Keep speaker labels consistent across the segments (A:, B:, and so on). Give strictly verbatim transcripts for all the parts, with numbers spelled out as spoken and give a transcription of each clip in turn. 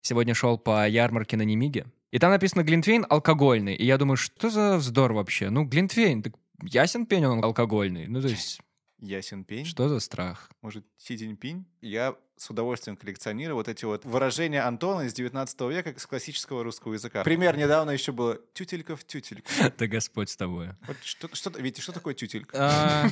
A: Сегодня шел по ярмарке на Немиге, и там написано «Глинтвейн алкогольный». И я думаю, что за вздор вообще? Ну, Глинтвейн, так ясен пень, он алкогольный. Ну, то есть...
B: Ясен пень?
A: Что за страх?
B: Может, Си Цзиньпинь? Я с удовольствием коллекционирую вот эти вот выражения Антона из девятнадцатого века с классического русского языка. Пример недавно еще было «тютелька в тютельку».
A: Да Господь с тобой.
B: Вот что, что, Витя, что такое тютелька?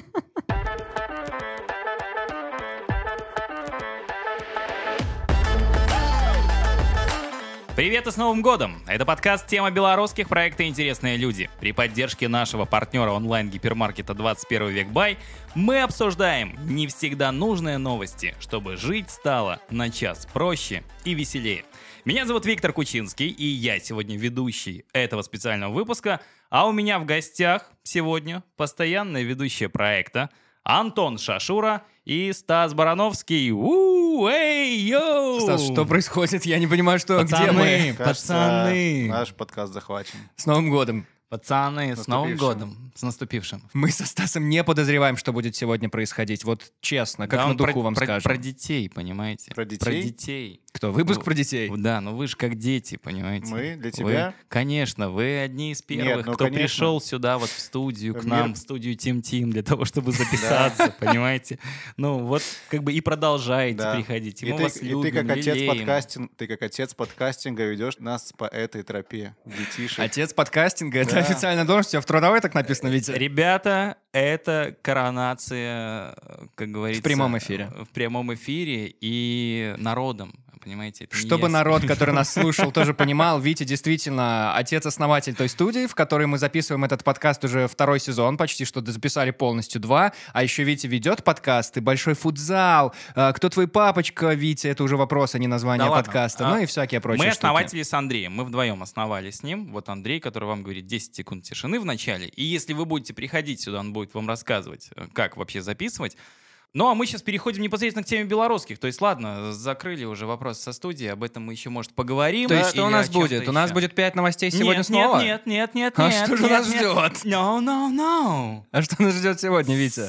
C: Привет и с Новым годом! Это подкаст «Тема белорусских» проекта «Интересные люди». При поддержке нашего партнера онлайн-гипермаркета двадцать первый век Бай мы обсуждаем не всегда нужные новости, чтобы жить стало на час проще и веселее. Меня зовут Виктор Кучинский, и я сегодня ведущий этого специального выпуска, а у меня в гостях сегодня постоянная ведущая проекта Антон Шашура и Стас Барановский. У, эй, йоу!
A: Стас, что происходит? Я не понимаю, что,
C: Пацаны,
A: где мы?
B: Кажется,
C: пацаны.
B: наш подкаст захвачен.
A: С Новым годом.
C: Пацаны, с Новым
B: Наступившим.
C: годом, с наступившим.
A: Мы со Стасом не подозреваем, что будет сегодня происходить. Вот честно, как
C: Да,
A: на
C: он
A: духу
C: про,
A: вам
C: про-
A: скажем.
C: Про детей, понимаете?
B: Про детей?
C: Про детей.
A: Кто? Выпуск
C: Ну,
A: про детей?
C: Да, ну вы же как дети, понимаете?
B: Мы для
C: Вы-
B: тебя?
C: конечно, вы одни из первых,
B: Нет, ну,
C: кто
B: конечно.
C: пришел сюда вот в студию, к
B: Мир-
C: нам, в студию Тим Тим, для того, чтобы записаться, понимаете? Ну вот как бы и продолжаете
B: Да.
C: приходить, и
B: И
C: мы
B: ты,
C: вас
B: и ты
C: любим,
B: как отец
C: лелеем.
B: подкастинг, ты как отец подкастинга ведешь нас по этой тропе, детишек.
A: Отец подкастинга, это
B: Да.
A: официальная должность, у тебя в трудовой так написано, Витя?
C: Ребята, это коронация, как говорится...
A: В прямом эфире.
C: В прямом эфире и народом, понимаете? Это не
A: Чтобы
C: я.
A: народ, который нас слушал, тоже понимал, Витя действительно отец-основатель той студии, в которой мы записываем этот подкаст уже второй сезон, почти что записали полностью два, а еще Витя ведет подкасты, большой футзал, а, кто твой папочка, Витя, это уже вопрос, а не название
C: Да ладно.
A: подкаста,
C: А,
A: ну и всякие прочие
C: Мы
A: штуки.
C: основатели с Андреем. Мы вдвоем основали с ним. Вот Андрей, который вам говорит десять секунд тишины в начале. И если вы будете приходить сюда, он будет вам рассказывать, э, как вообще записывать. Ну, а мы сейчас переходим непосредственно к теме белорусских. То есть, ладно, закрыли уже вопрос со студией, об этом мы еще, может, поговорим.
A: То есть
C: Или
A: что у нас
C: о чем-то
A: будет? У нас
C: еще.
A: будет пять новостей сегодня
C: нет,
A: снова?
C: Нет, нет, нет,
A: А
C: нет.
A: что же
C: нет,
A: нас
C: нет.
A: ждет?
C: No, no, no.
A: А что нас ждет сегодня, Витя?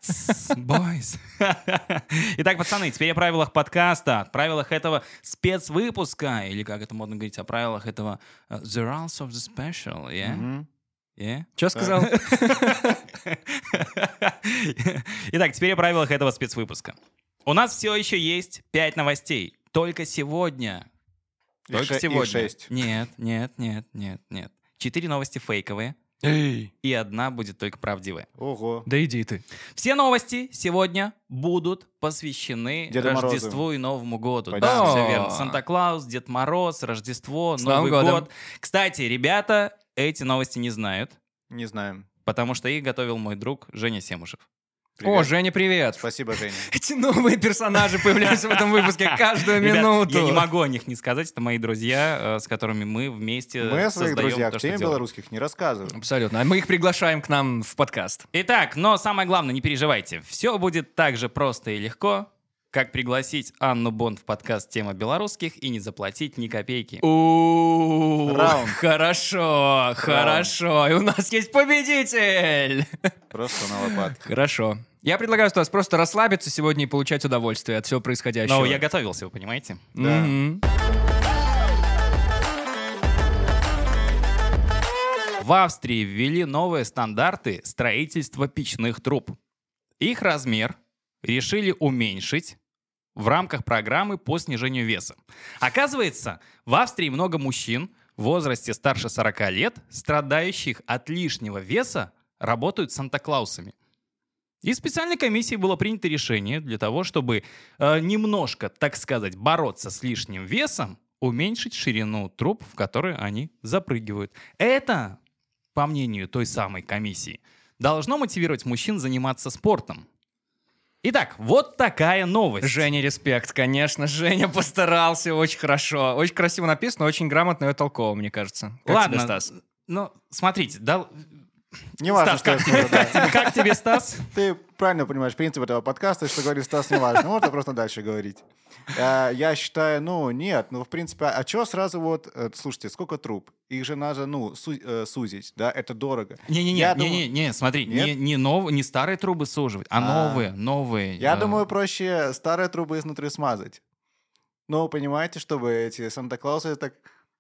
C: Boys. Итак, пацаны, теперь о правилах подкаста, о правилах этого спецвыпуска, или как это модно говорить, о правилах этого uh, The Rules of the Special, yeah?
B: Мгм.
C: Yeah?
A: Что сказал?
C: Итак, теперь о правилах этого спецвыпуска. У нас все еще есть пять новостей. Только сегодня.
B: И
C: Только
B: ше- и
C: сегодня.
B: шесть.
C: Нет, нет, нет, нет, нет. Четыре новости фейковые,
A: Эй,
C: и одна будет только правдивая.
B: Ого.
A: да иди ты.
C: Все новости сегодня будут посвящены
B: Деду
C: Рождеству
B: Морозу.
C: и Новому году.
B: Понятно.
C: Да, все
A: О.
C: верно. Санта-Клаус, Дед Мороз, Рождество,
A: С
C: Новый
A: Новым годом.
C: год. Кстати, ребята эти новости не знают,
B: Не знаем.
C: потому что их готовил мой друг Женя Семушев.
A: О,
B: Привет.
A: Женя, привет.
B: Спасибо, Женя.
A: Эти новые персонажи появляются в этом выпуске каждую
C: Ребят,
A: минуту.
C: я не могу о них не сказать. Это мои друзья, э, с которыми мы вместе
B: Мы о своих
C: создаем
B: друзьях
C: то,
B: в
C: что
B: теме
C: делаем.
B: белорусских не рассказываем.
A: Абсолютно. А мы их приглашаем к нам в подкаст.
C: Итак, но самое главное, не переживайте. Все будет так же просто и легко, как пригласить Анну Бонд в подкаст «Тема белорусских» и не заплатить ни копейки.
A: У
B: Раунд.
A: Хорошо, хорошо. И у нас есть победитель.
B: Просто на лопатки.
A: Хорошо. Я предлагаю, Стас, просто расслабиться сегодня и получать удовольствие от всего происходящего.
C: Но я готовился, вы понимаете?
B: Да.
A: Мгм.
C: В Австрии ввели новые стандарты строительства печных труб. Их размер решили уменьшить в рамках программы по снижению веса. Оказывается, в Австрии много мужчин в возрасте старше сорока лет, страдающих от лишнего веса, работают Санта-Клаусами. И специальной комиссией было принято решение для того, чтобы э, немножко, так сказать, бороться с лишним весом, уменьшить ширину труб, в которые они запрыгивают. Это, по мнению той самой комиссии, должно мотивировать мужчин заниматься спортом. Итак, вот такая новость.
A: Женя, респект, конечно. Женя постарался очень хорошо. Очень красиво написано, очень грамотно и толково, мне кажется. Как
C: Ладно,
A: тебе, Стас?
C: ну, смотрите, да...
B: Не важно,
C: Стас,
B: что я
C: как,
B: скажу,
C: тебе,
B: да.
C: как тебе- как тебе, Стас?
B: Ты правильно понимаешь принцип этого подкаста, что говорит Стас, не важно. Можно просто дальше говорить. А, Я считаю, ну, нет, ну, в принципе, а что сразу вот, э, слушайте, сколько труб? Их же надо, ну, су- э, сузить, да, это дорого.
C: Не-не-не,
B: Я
C: не-не, не, смотри,
B: Нет?
C: не, не, нов- не старые трубы суживать, а,
B: А.
C: новые, новые.
B: Я
C: э,
B: думаю, проще старые трубы изнутри смазать. Но понимаете, чтобы эти Санта-Клаусы так...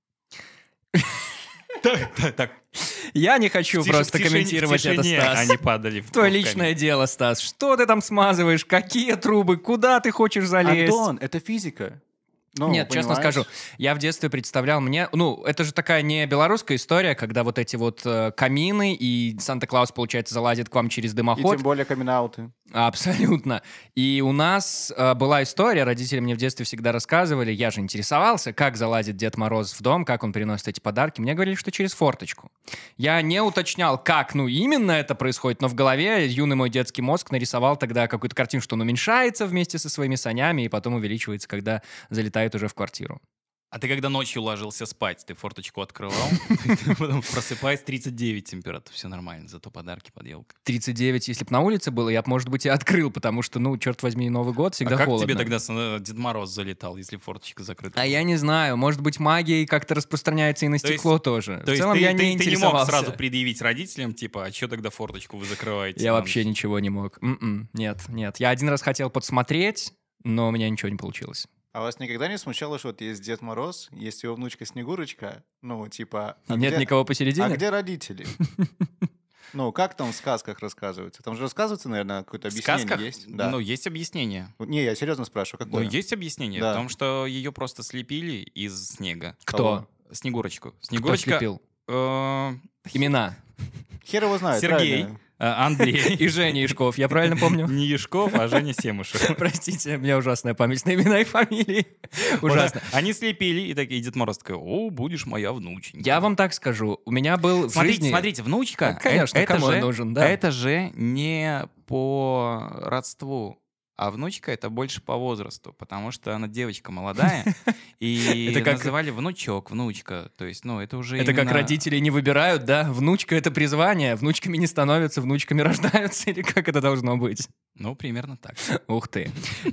C: Так, так, так.
A: Я не хочу
C: В тиш-
A: просто
C: в тишине-
A: комментировать
C: в
A: это,
C: тишине
A: Стас.
C: они падали в-
A: Твое
C: в
A: личное
C: камень.
A: дело, Стас. Что ты там смазываешь? Какие трубы? Куда ты хочешь залезть?
B: Антон, это физика. Ну,
A: Нет, честно
B: понимаешь?
A: скажу, я в детстве представлял мне... Ну, это же такая не белорусская история, когда вот эти вот э, камины, и Санта-Клаус, получается, залазит к вам через
B: И
A: дымоход.
B: тем более камин-ауты.
A: Абсолютно. И у нас э, была история, родители мне в детстве всегда рассказывали, я же интересовался, как залазит Дед Мороз в дом, как он приносит эти подарки. Мне говорили, что через форточку. Я не уточнял, как, ну, именно это происходит, но в голове юный мой детский мозг нарисовал тогда какую-то картину, что он уменьшается вместе со своими санями и потом увеличивается, когда залетает уже в квартиру.
C: А ты когда ночью ложился спать, ты форточку открывал, потом просыпаясь, тридцать девять температура, все нормально, зато подарки под елкой.
A: тридцать девять, если бы на улице было, я бы, может быть, и открыл, потому что, ну, черт возьми, Новый год всегда
C: А как
A: холодно.
C: тебе тогда э, Дед Мороз залетал, если форточка закрыта?
A: А я не знаю, может быть, магией как-то распространяется и на
C: То есть-
A: стекло тоже.
C: То
A: В
C: есть
A: целом
C: ты,
A: я
C: ты-
A: не
C: ты не мог
A: интересовался.
C: сразу предъявить родителям, типа, а что тогда форточку вы закрываете?
A: Я
C: Нам
A: вообще ничего не мог. М-м, нет, нет. Я один раз хотел подсмотреть, но у меня ничего не получилось.
B: А вас никогда не смущало, что вот есть Дед Мороз, есть его внучка Снегурочка, ну, типа...
A: И
B: а
A: нет
B: где-
A: никого посередине?
B: А где родители? Ну, как там в сказках рассказывается? Там же рассказывается, наверное, какое-то
C: В
B: объяснение
C: сказках,
B: есть? Да.
C: ну, есть объяснение.
B: Не, я серьезно спрашиваю,
C: Ну,
B: какое?
C: есть объяснение
B: Да.
C: в том, что ее просто слепили из снега.
A: Кто?
C: Снегурочку.
A: Кто
C: Снегурочка...
A: слепил?
C: э,
A: Имена.
B: Хер его знает,
C: Сергей,
B: правильно.
C: э, Андрей.
A: И Женя Ишков, я правильно помню?
C: Не Яшков, а Женя Семушев.
A: Простите, у меня ужасная память на имена и фамилии.
C: Вот,
A: Ужасно.
C: Они слепили, и такие, Дед Мороз такой, о, будешь моя внученька.
A: Я вам так скажу, у меня был в
C: Смотрите,
A: жизни...
C: смотрите, внучка,
A: Ну, конечно,
C: э- это,
A: кому он
C: же,
A: нужен, да.
C: это же не по родству, а внучка это больше по возрасту, потому что она девочка молодая, и
A: Это как-
C: называли внучок, внучка, то есть, ну, это уже
A: Это как
C: именно-
A: родители не выбирают, да? Внучка — это призвание, внучками не становятся, внучками рождаются, или как это должно быть?
C: Ну, примерно так.
A: Ух ты.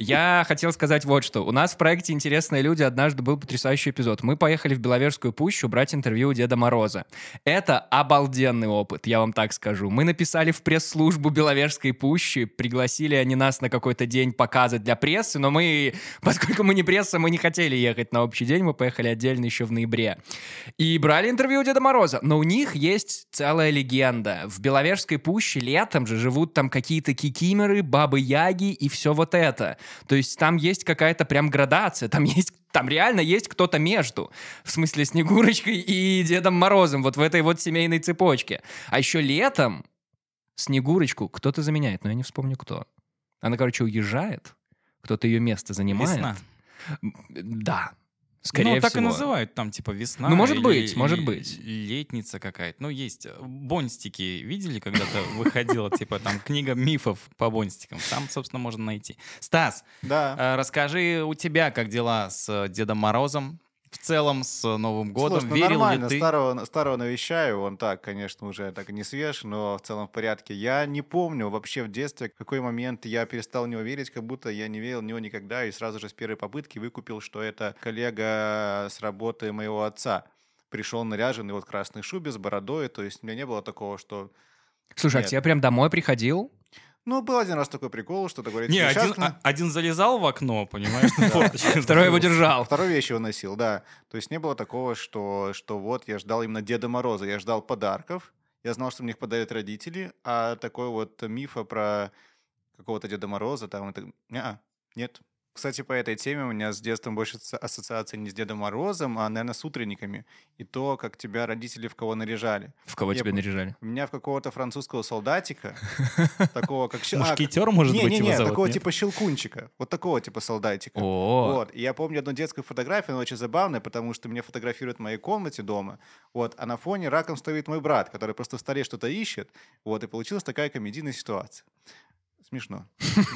A: Я хотел сказать вот что. У нас в проекте «Интересные люди» однажды был потрясающий эпизод. Мы поехали в Беловежскую пущу брать интервью у Деда Мороза. Это обалденный опыт, я вам так скажу. Мы написали в пресс-службу Беловежской пущи, пригласили они нас на какой-то день показа для прессы, но мы, поскольку мы не пресса, мы не хотели ехать на общий день, мы поехали отдельно еще в ноябре. И брали интервью у Деда Мороза. Но у них есть целая легенда. В Беловежской пуще летом же живут там какие-то кикиморы, бабы-яги и все вот это. То есть там есть какая-то прям градация, там есть, там реально есть кто-то между. В смысле Снегурочкой и Дедом Морозом, вот в этой вот семейной цепочке. А еще летом Снегурочку кто-то заменяет, но я не вспомню кто. Она, короче, уезжает, кто-то ее место занимает.
C: Весна.
A: М, Да, скорее
C: ну, так
A: всего.
C: и называют, там, типа, весна.
A: Ну, может
C: или-
A: быть, может
C: или
A: быть.
C: Летница какая-то. Ну, есть. Бонстики видели, когда-то выходила, типа, там, книга мифов по бонстикам. Там, собственно, можно найти. Стас,
B: Да.
C: э, расскажи, у тебя как дела с э, Дедом Морозом? В целом, с Новым годом?
B: Слушай, ну
C: Верил
B: нормально,
C: ли ты?
B: старого, старого навещаю, он так, конечно, уже так не свеж, но в целом в порядке. Я не помню вообще в детстве, в какой момент я перестал в него верить, как будто я не верил в него никогда, и сразу же с первой попытки выкупил, что это коллега с работы моего отца. Пришел наряженный вот в красной шубе с бородой, то есть у меня не было такого, что...
A: Слушай, а
B: Нет.
A: к тебе прям домой приходил?
B: Ну, был один раз такой прикол, что ты говоришь...
C: Не, один,
B: «Сейчас
C: а- один залезал в окно, понимаешь, на форточку.
A: Второй его держал.
B: Второй вещь его носил, да. То есть не было такого, что, что вот я ждал именно Деда Мороза, я ждал подарков, я знал, что мне их подарят родители, а такой вот мифа про какого-то Деда Мороза, там это... Не-а, нет. Кстати, по этой теме у меня с детством больше ассо- ассоциация не с Дедом Морозом, а, наверное, с утренниками. И то, как тебя родители в кого наряжали.
A: В кого
B: Я
A: тебя
B: пом-
A: наряжали?
B: Меня в какого-то французского солдатика, такого как... щел- а,
C: Мушкетер, может быть, его
B: Не-не-не,
C: зовут,
B: такого
C: нет?
B: типа щелкунчика. Вот такого типа солдатика.
A: О,
B: Вот. И я помню одну детскую фотографию, она очень забавная, потому что меня фотографируют в моей комнате дома. Вот. А на фоне раком стоит мой брат, который просто в столе что-то ищет. Вот. И получилась такая комедийная ситуация. Смешно.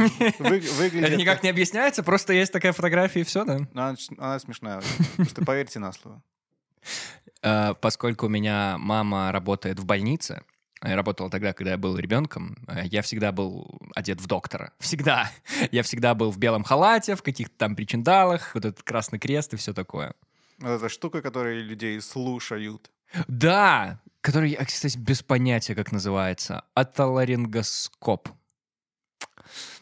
B: Вы- выглядит
A: это никак
B: как-
A: не объясняется, просто есть такая фотография и все, да?
B: Ну, Она, она смешная. очень. Просто поверьте на слово.
A: Э, Поскольку у меня мама работает в больнице, я работала тогда, когда я был ребенком, э, я всегда был одет в доктора. Всегда. Я всегда был в белом халате, в каких-то там причиндалах, вот этот красный крест и все такое.
B: Вот эта штука, которая людей слушают.
A: Да, который, я, кстати, без понятия, как называется. Отоларингоскоп.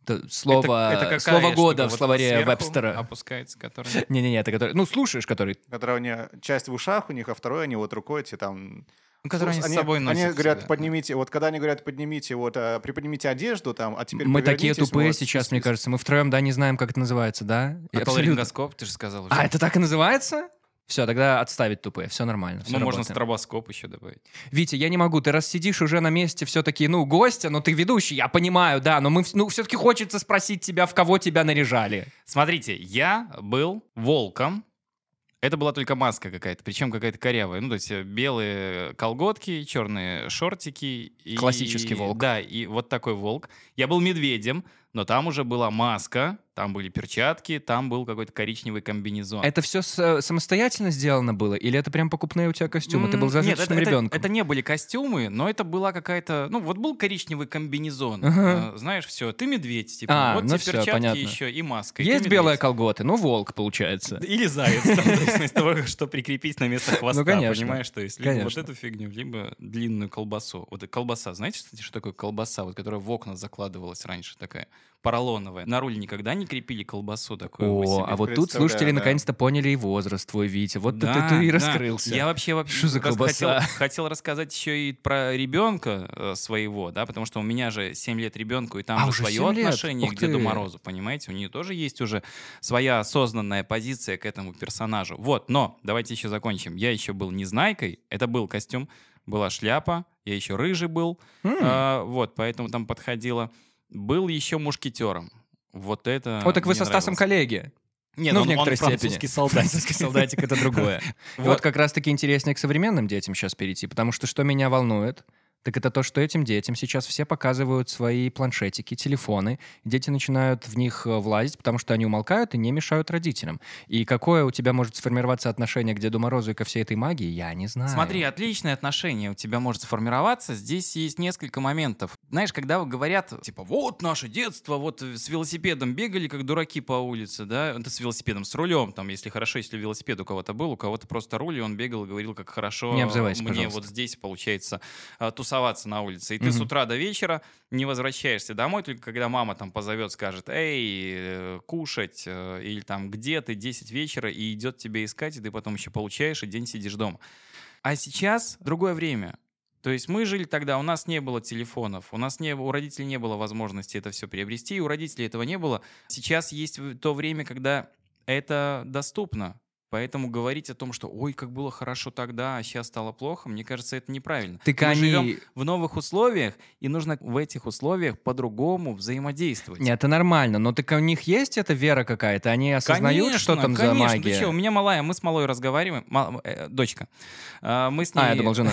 A: Это слово,
C: Это- это какая
A: слово
C: штука?
A: года в
C: Вот
A: словаре
C: сверху
A: Вебстера.
C: опускается, который...
A: Не-не-не, это который... Ну, слушаешь, который...
B: Которая у них часть в ушах у них, а второй они вот рукой эти там...
C: Ну, который они с
B: Они-
C: собой
B: Они
C: носят
B: говорят,
C: всегда.
B: поднимите, вот когда они говорят, поднимите, вот, а, приподнимите одежду там, а теперь
A: Мы такие
B: повернитесь,
A: тупые
B: вот,
A: сейчас,
B: с-
A: мне
B: с-
A: кажется. Мы втроем, да, не знаем, как это называется, да? И абсолютно-
C: Отоларингоскоп, ты же сказал уже.
A: А, это так и называется? Все, тогда отставить тупые, все нормально. всё
C: Ну, можно
A: работаем.
C: стробоскоп еще добавить.
A: Витя, я не могу, ты раз сидишь уже на месте все-таки, ну, гостя, но ты ведущий, я понимаю, да, но мы, вс- ну, все-таки хочется спросить тебя, в кого тебя наряжали.
C: Смотрите, я был волком. Это была только маска какая-то, причем какая-то корявая. Ну, то есть э, белые колготки, черные шортики. И,
A: Классический волк.
C: Да, и вот такой волк. Я был медведем, но там уже была маска, там были перчатки, там был какой-то коричневый комбинезон.
A: Это все самостоятельно сделано было? Или это прям покупные у тебя костюмы? Ты был
C: М,
A: зажиточным
C: Нет, это, это-
A: ребенком?
C: это не были костюмы, но это была какая-то... Ну, вот был коричневый комбинезон.
A: Ага.
C: Э, Знаешь, все, ты медведь, типа.
A: А,
C: вот
A: ну
C: тебе
A: всё,
C: перчатки
A: понятно.
C: еще и маска. и ты
A: Есть
C: медведь.
A: белые колготы, ну, волк, получается.
C: Или заяц, там, в зависимости от того, что прикрепить на место хвоста,
A: Ну, конечно.
C: понимаешь? То есть либо
A: Конечно.
C: вот эту фигню, либо длинную колбасу. Вот и колбаса, знаете, кстати, что такое колбаса, вот, которая в окна закладывалась раньше, такая поролоновая. На руль никогда не крепили колбасу такую у
A: О,
C: себя?
A: а вот тут
B: представляю,
A: слушатели
B: да.
A: наконец-то поняли и возраст твой, Витя. Вот тут
C: Да,
A: ты и
C: да.
A: раскрылся.
C: Я вообще, вообще
A: Что за
C: раз
A: колбаса?
C: хотел, хотел рассказать еще и про ребенка э, своего, да, потому что у меня же семь лет ребенку, и там
A: А,
C: же
A: уже
C: свое
A: семь лет?
C: отношение
A: Ух
C: к Деду
A: ты.
C: Морозу, понимаете? У нее тоже есть уже своя осознанная позиция к этому персонажу. Вот, но давайте еще закончим. Я еще был незнайкой, это был костюм, была шляпа, я еще рыжий был,
A: М.
C: а, вот, поэтому там подходило. Был еще мушкетером. Вот это
A: О, так вы
C: мне
A: со Стасом
C: нравилось.
A: коллеги.
C: Нет,
A: ну,
C: он-
A: в некоторой
C: он
A: степени.
C: французский солдатик.
A: Французский солдатик — это другое.
C: Вот.
A: Вот как раз-таки интереснее к современным детям сейчас перейти, потому что что меня волнует, так это то, что этим детям сейчас все показывают свои планшетики, телефоны. И дети начинают в них э, влазить, потому что они умолкают и не мешают родителям. И какое у тебя может сформироваться отношение к Деду Морозу и ко всей этой магии, я не знаю.
C: Смотри, отличное отношение у тебя может сформироваться. Здесь есть несколько моментов. Знаешь, когда говорят, типа, вот наше детство, вот с велосипедом бегали, как дураки по улице, да, это с велосипедом, с рулем, там, если хорошо, если велосипед у кого-то был, у кого-то просто руль, и он бегал и говорил, как хорошо
A: Не обзывайся,
C: мне
A: пожалуйста.
C: вот здесь, получается, а, тусоваться на улице. И ты
A: Мгм.
C: с утра до вечера не возвращаешься домой, только когда мама там позовет, скажет, эй, э, кушать, э, или там, где ты, десять вечера, и идет тебя искать, и ты потом еще получаешь, и день сидишь дома. А сейчас другое время. То есть мы жили тогда, у нас не было телефонов, у нас не, у родителей не было возможности это все приобрести, и у родителей этого не было. Сейчас есть в- то время, когда это доступно. Поэтому говорить о том, что ой, как было хорошо тогда, а сейчас стало плохо, мне кажется, это неправильно.
A: Так
C: Мы
A: они-
C: живем в новых условиях, и нужно в этих условиях по-другому взаимодействовать.
A: Нет, это нормально, но так у них есть эта вера какая-то? Они осознают,
C: Конечно,
A: что там
C: конечно.
A: за
C: Ты
A: магия?
C: чё, у меня малая, мы с малой разговариваем, ма- э, дочка. А, мы с ней...
A: А, я думал, жена.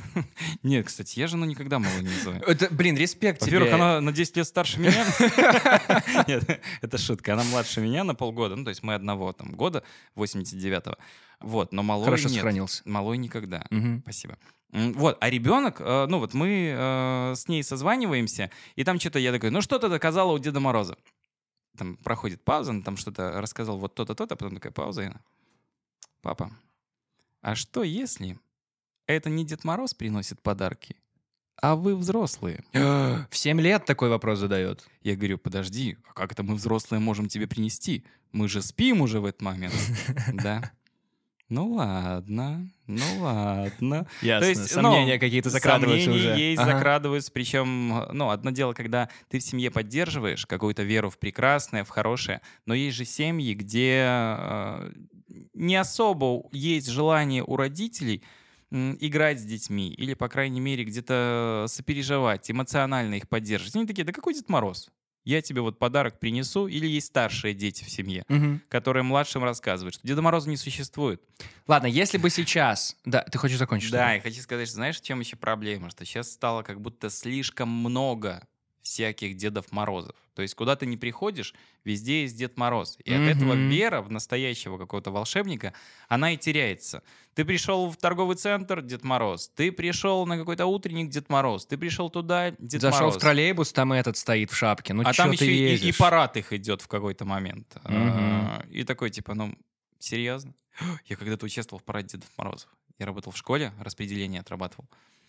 C: Нет, кстати, я жену никогда малой не называю.
A: Это, блин, респект тебе.
C: Во-первых, она на десять лет старше меня. Нет, это шутка. Она младше меня на полгода. Ну, то есть мы одного там года, восемьдесят девятого. Вот, но малой
A: Хорошо
C: нет.
A: сохранился.
C: Малой никогда.
A: Мгм.
C: Спасибо. М, Вот, а ребенок, э, ну вот мы э, с ней созваниваемся, и там что-то я такой, ну что ты доказала у Деда Мороза? Там проходит пауза, он там что-то рассказал вот то-то, то-то, а потом такая пауза, и она, папа, а что если это не Дед Мороз приносит подарки, а вы взрослые?
A: В семь лет такой вопрос задает.
C: Я говорю, подожди, а как это мы взрослые можем тебе принести? Мы же спим уже в этот момент. Да. Ну ладно, ну ладно.
A: Ясно.
C: есть,
A: Сомнения
C: ну,
A: какие-то закрадываются
C: Сомнения
A: уже.
C: есть,
A: Ага.
C: закрадываются. Причем, ну, одно дело, когда ты в семье поддерживаешь какую-то веру в прекрасное, в хорошее, но есть же семьи, где э, не особо есть желание у родителей м, играть с детьми или, по крайней мере, где-то сопереживать, эмоционально их поддерживать. Они такие, да какой Дед Мороз? Я тебе вот подарок принесу. Или есть старшие дети в семье,
A: Мгм.
C: которые младшим рассказывают, что Деда Мороза не существует.
A: Ладно, если бы сейчас... Да, ты хочешь закончить?
C: Да,
A: что-то?
C: и хочу сказать, что знаешь, в чем еще проблема? Что сейчас стало как будто слишком много всяких Дедов Морозов. То есть куда ты не приходишь, везде есть Дед Мороз. И от этого
A: Мгм.
C: вера в настоящего какого-то волшебника, она и теряется. Ты пришел в торговый центр — Дед Мороз. Ты пришел на какой-то утренник — Дед Мороз. Ты пришел туда — Дед
A: Зашел
C: Мороз.
A: в троллейбус, там и этот стоит в шапке. Ну
C: а
A: чё
C: там
A: ты
C: еще и, и
A: лезешь?
C: парад их идет в какой-то момент.
A: Мгм.
C: А, И такой типа, ну, серьезно? Я когда-то участвовал в параде Дедов Морозов. Я работал в школе, распределение отрабатывал.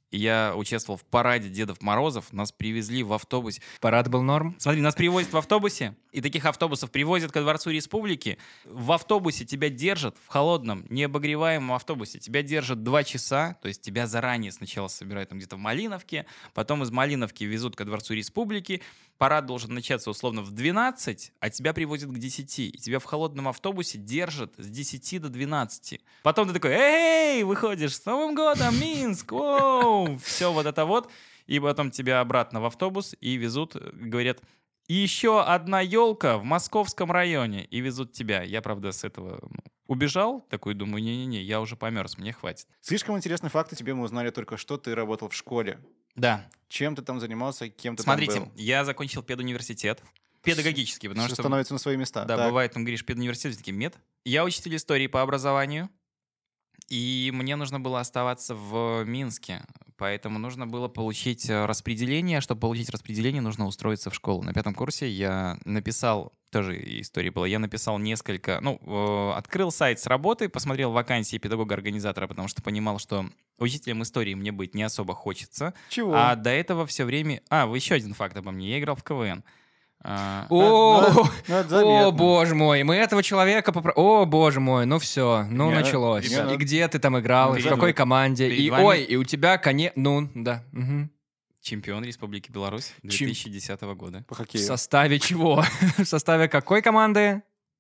C: И я участвовал в параде Дедов Морозов. Нас привезли в автобусе.
A: Парад был норм?
C: Смотри, нас привозят в автобусе, и таких автобусов привозят ко Дворцу Республики. В автобусе тебя держат, в холодном, необогреваемом автобусе, тебя держат два часа, то есть тебя заранее сначала собирают там где-то в Малиновке, потом из Малиновки везут ко Дворцу Республики. Парад должен начаться условно в двенадцать, а тебя привозят к десяти. И тебя в холодном автобусе держат с десяти до двенадцати. Потом ты такой: эй, выходишь, с Новым годом, Минск, воу! Все вот это вот. И потом тебя обратно в автобус и везут, говорят: и еще одна елка в Московском районе. И везут тебя. Я, правда, с этого ну, убежал. Такой думаю: не-не-не, я уже померз, мне хватит.
B: Слишком интересный факт, о тебе мы узнали только что ты работал в школе.
C: Да.
B: Чем ты там занимался, кем ты
C: Смотрите,
B: там был?
C: я закончил педуниверситет. Педагогический, потому
B: Все
C: что...
B: становится на свои места.
C: Да,
B: Так.
C: бывает, там говоришь, педуниверситет, все-таки мед. Я учитель истории по образованию, и мне нужно было оставаться в Минске, поэтому нужно было получить э, распределение. Чтобы получить распределение, нужно устроиться в школу. На пятом курсе я написал, тоже история была, я написал несколько, ну, э, открыл сайт с работы, посмотрел вакансии педагога-организатора, потому что понимал, что учителем истории мне быть не особо хочется.
B: Чего?
C: А до этого все время... А, еще один факт обо мне. Я играл в КВН. А,
A: О,
B: Ну, это заметно.
A: о, боже мой, мы этого человека попро... О, боже мой, ну все, ну
B: Не,
A: началось.
B: ребят,
A: И где ты там играл,
C: ну,
A: и в
C: перед-
A: какой команде,
C: перед
A: и
C: вами-
A: ой, и у тебя коне... Ну, да. мгм.
C: чемпион Республики Беларусь две
A: Чем-
C: тысячи десятого года.
B: По
A: В
B: хоккею.
A: составе чего? В составе какой команды?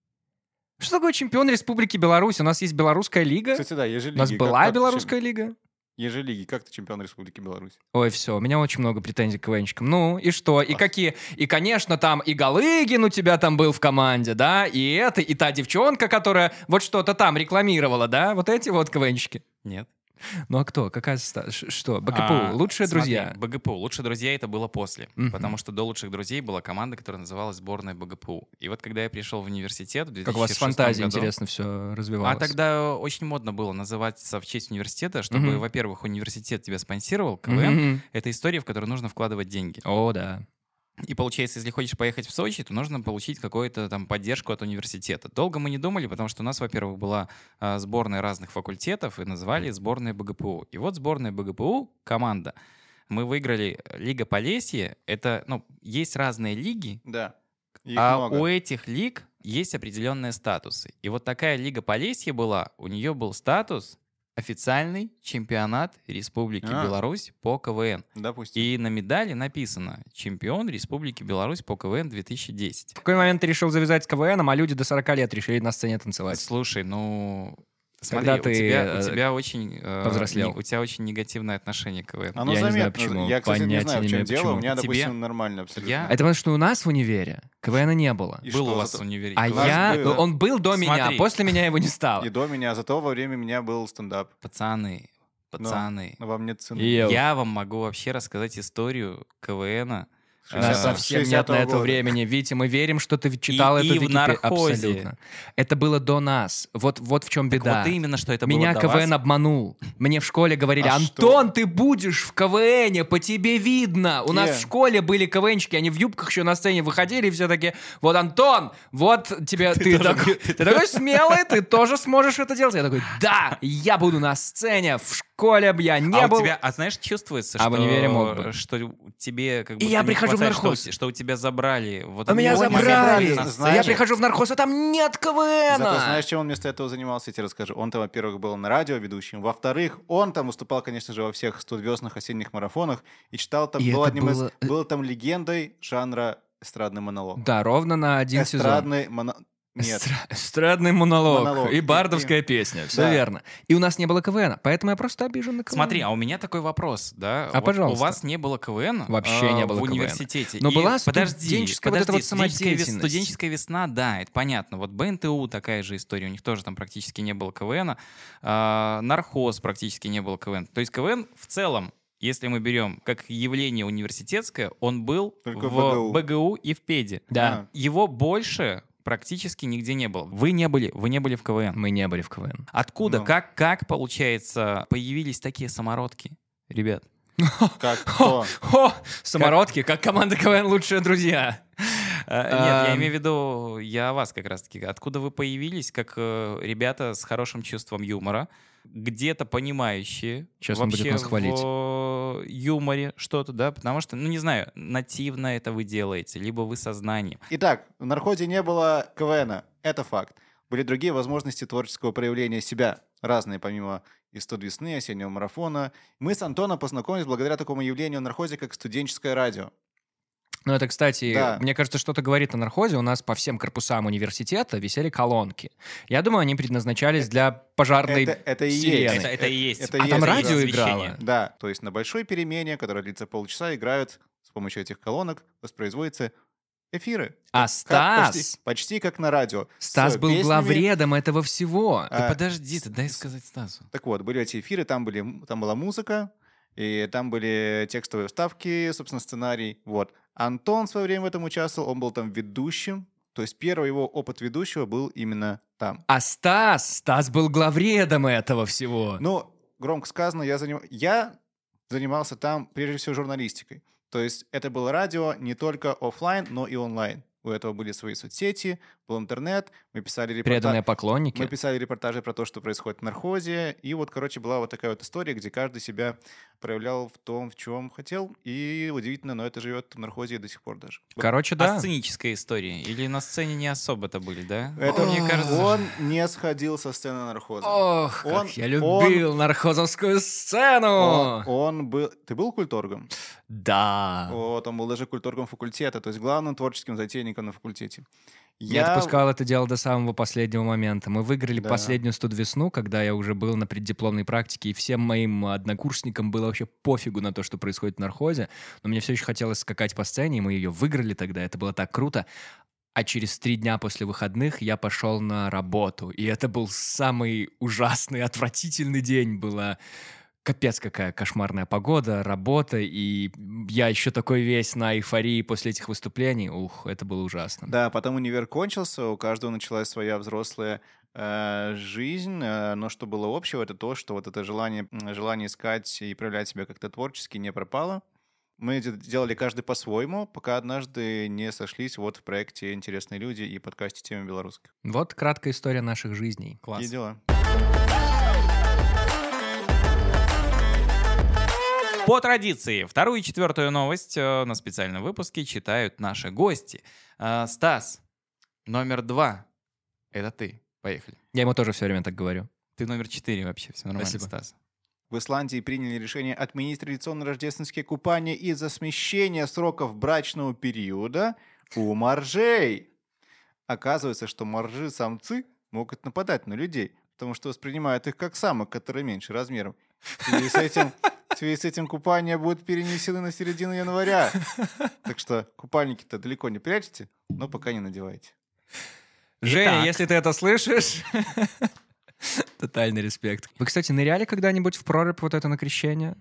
A: Что такое чемпион Республики Беларусь? У нас есть Белорусская лига?
B: Кстати, да,
A: У
B: ежелиги.
A: нас
B: Как-
A: была
B: как ты
A: Белорусская лига?
B: чем- Ежелиги. Как ты чемпион Республики Беларусь?
A: Ой, все, у меня очень много претензий к КВНщикам. Ну, и что? И
B: Класс.
A: какие? И, конечно, там и Галыгин у тебя там был в команде, да? И это, и та девчонка, которая вот что-то там рекламировала, да? Вот эти вот КВНщики.
C: Нет.
A: Ну, а кто? Какая соста- ш- Что? БКПУ?
C: А,
A: Лучшие
C: смотри,
A: друзья?
C: БГПУ. Лучшие друзья это было после.
A: Мгм.
C: Потому что до лучших друзей была команда, которая называлась сборная БГПУ. И вот когда я пришел в университет в две тысячи
A: Как у вас с
C: шестом
A: фантазией
C: году,
A: интересно все
C: А
A: развивалось.
C: тогда очень модно было называться в честь университета, чтобы,
A: Мгм.
C: во-первых, университет тебя спонсировал, КВН.
A: Мгм.
C: Это история, в которую нужно вкладывать деньги.
A: О, да.
C: И получается, если хочешь поехать в Сочи, то нужно получить какую-то там поддержку от университета. Долго мы не думали, потому что у нас, во-первых, была а, сборная разных факультетов, и назвали сборная БГПУ. И вот сборная БГПУ, команда, мы выиграли Лига Полесье. Это, ну, есть разные лиги,
B: Да. Их
C: а
B: много.
C: у этих лиг есть определенные статусы. И вот такая Лига Полесье была, у нее был статус официальный чемпионат Республики
B: А.
C: Беларусь по КВН.
B: Допустим.
C: И на медали написано «Чемпион Республики Беларусь по КВН две тысячи десять».
A: В какой момент ты решил завязать с КВНом, а люди до сорока лет решили на сцене танцевать?
C: Слушай, ну... Смотри,
A: Когда
C: у,
A: ты,
C: тебя,
A: э,
C: у тебя очень... э,
A: повзрослел.
C: не- у тебя очень негативное отношение к КВН.
B: Оно
A: Я не знаю,
B: заметно.
A: почему.
B: Я, кстати, не
A: Понятия
B: знаю, в
A: не
B: чем
A: имею,
B: дело.
A: почему.
B: У меня,
C: Тебе?
B: допустим, нормально абсолютно.
C: Я-
A: А это потому, что у нас в универе КВНа не было.
B: И
C: Был
B: что
C: у вас
B: зато-
C: в универе
A: А
B: Класс
A: я...
B: было.
A: Он был до меня,
C: Смотри.
A: после меня его не стало.
B: И до меня, зато во время меня был стендап.
C: Пацаны, пацаны.
B: Но вам нет цены.
A: Йоу.
C: Я вам могу вообще рассказать историю КВНа.
A: У нас
B: шестидесятого
A: совсем нет
B: шестидесятого
A: на это
B: года.
A: времени. Витя, мы верим, что ты читал
C: И-
A: это
C: и
A: в
C: в
A: Википедии.
C: нархозе.
A: Абсолютно. Это было до нас. Вот, вот в чем
C: Так
A: беда.
C: вот именно, что это
A: Меня
C: было до
A: КВН
C: вас.
A: обманул. Мне в школе говорили:
B: А
A: Антон, ты будешь в КВНе, по тебе видно. У нас
B: Где?
A: в школе были КВНчики, они в юбках еще на сцене выходили, и все таки: вот, Антон, вот тебе, ты, такой, ты такой смелый, ты тоже сможешь это делать. Я такой: да, я буду на сцене, в школе б я не
C: а
A: был.
C: у тебя, а знаешь, чувствуется,
A: А в
C: что,
A: универе мог бы.
C: что тебе как
A: И
C: будто
A: я
C: не
A: прихожу в
C: хватает, что у
A: нархоз.
C: те- Что, у тебя забрали. Вот
A: А меня
C: это вот
B: не
A: забрали.
B: забрали,
A: Я
B: знаешь.
A: прихожу в нархоз, а там нет КВНа.
B: Зато знаешь, чем он вместо этого занимался, я тебе расскажу. Он там, во-первых, был на радио ведущим. Во-вторых, он там выступал, конечно же, во всех студвёздных осенних марафонах. И читал там,
A: И
B: был
A: это
B: одним
A: было-
B: из... Был там легендой жанра эстрадный монолог.
A: Да, ровно на один сезон.
B: Эстрадный монолог. Нет.
A: Эстра- Эстрадный монолог,
B: Монолог.
A: и
B: И-
A: бардовская песня, все
B: Да.
A: верно. И у нас не было КВНа, поэтому я просто обижен на КВН.
C: Смотри, а у меня такой вопрос, да?
A: А,
C: Вот
A: пожалуйста.
C: У вас не было КВН
A: Вообще
C: а,
A: не было
C: в
A: КВН.
C: университете.
A: Но
C: И
A: была
C: подожди,
A: студенческая вот эта
C: подожди,
A: вот
C: студенческая, вес-
A: самодеятельность.
C: студенческая весна, да, это понятно. Вот БНТУ такая же история, у них тоже там практически не было КВНа. А, Нархоз практически не было КВН. То есть КВН в целом, если мы берем как явление университетское, он был
B: Только
C: в
B: в БГУ.
C: БГУ и в ПЕДе.
A: Да,
C: Его больше практически нигде не было. Вы не были, вы не были в КВН.
A: мы не были в КВН.
C: Откуда,
B: Ну.
C: как, как, получается, появились такие самородки, ребят?
B: Как кто?
A: Хо, самородки, как команда КВН «Лучшие друзья».
C: А, Нет, я
A: Эм.
C: имею в виду, я о вас как раз-таки. Откуда вы появились, как э, ребята с хорошим чувством юмора, где-то понимающие
A: Сейчас он будет
C: вообще
A: нас хвалить.
C: в э, юморе что-то, да, потому что, ну, не знаю, нативно это вы делаете, либо вы сознанием.
B: Итак, в Нарходе не было КВНа, это факт. Были другие возможности творческого проявления себя, разные, помимо и сто весны, осеннего марафона. Мы с Антоном познакомились благодаря такому явлению в Нархозе, как студенческое радио.
A: Ну, это, кстати,
B: Да.
A: мне кажется, что-то говорит о нархозе. У нас по всем корпусам университета висели колонки. Я думаю, они предназначались для пожарной
B: Это, это и
A: сирены.
B: есть.
C: Это, это и есть.
B: Это
A: А
B: и
A: там
B: есть
A: радио
B: уже
A: играло?
C: освещение.
B: Да, то есть на большой перемене, которая длится полчаса, играют с помощью этих колонок, воспроизводятся эфиры.
A: А
B: Как-
A: Стас?
B: почти, почти как на радио.
A: Стас
B: С
A: был
B: песнями.
A: главредом этого всего.
C: Да
B: А,
C: подожди ты, дай сказать Стасу.
B: Так вот, были эти эфиры, там, были, там была музыка, и там были текстовые вставки, собственно, сценарий. Вот. Антон в свое время в этом участвовал, он был там ведущим. То есть первый его опыт ведущего был именно там.
A: А Стас? Стас был главредом этого всего.
B: Ну, громко сказано, я, заним... я занимался там прежде всего журналистикой. То есть это было радио не только оффлайн, но и онлайн. У этого были свои соцсети, был интернет, мы писали
A: Преданные
B: репортажи.
A: поклонники.
B: Мы писали репортажи про то, что происходит в нархозе. И вот, короче, была вот такая вот история, где каждый себя проявлял в том, в чем хотел. И удивительно, но это живет в нархозе до сих пор даже.
A: Короче,
C: А
A: да.
C: сценическая история? Или на сцене не особо-то были, да?
B: Это,
C: Мне кажется,
B: он не сходил со сцены нархоза.
A: Ох, как
B: Он-
A: я любил нархозовскую сцену.
B: Он, он был... Ты был культургом?
A: Да.
B: Вот, он был даже культургом факультета, то есть главным творческим затейником на факультете.
A: Я отпускал это дело до самого последнего момента. Мы выиграли
B: Да.
A: последнюю студвесну, когда я уже был на преддипломной практике, и всем моим однокурсникам было вообще пофигу на то, что происходит в нархозе, но мне все еще хотелось скакать по сцене, и мы ее выиграли тогда, это было так круто. А через три дня после выходных я пошел на работу, и это был самый ужасный, отвратительный день. Была капец какая кошмарная погода, работа, и я еще такой весь на эйфории после этих выступлений. Ух, это было ужасно.
B: Да, потом универ кончился, у каждого началась своя взрослая э, жизнь, э, но что было общего, это то, что вот это желание, м, желание искать и проявлять себя как-то творчески не пропало. Мы это делали каждый по-своему, пока однажды не сошлись вот в проекте «Интересные люди» и подкасте «Темы белорусских».
A: Вот краткая история наших жизней.
C: класс.
B: Такие дела.
C: По традиции, вторую и четвертую новость э, на специальном выпуске читают наши гости. Э, Стас, номер два. Это ты. Поехали.
A: Я ему тоже все время так говорю.
C: Ты номер четыре вообще. Все нормально,
A: Спасибо.
C: Стас.
B: В Исландии приняли решение отменить традиционные рождественские купания из-за смещения сроков брачного периода у моржей. Оказывается, что моржи-самцы могут нападать на людей, потому что воспринимают их как самок, которые меньше размером. В связи с этим, в связи с этим купания будут перенесены на середину января. Так что купальники-то далеко не прячьте, но пока не надевайте.
A: Женя,
C: Итак.
A: если ты это слышишь, тотальный респект. Вы, кстати, ныряли когда-нибудь в прорубь вот это на крещение?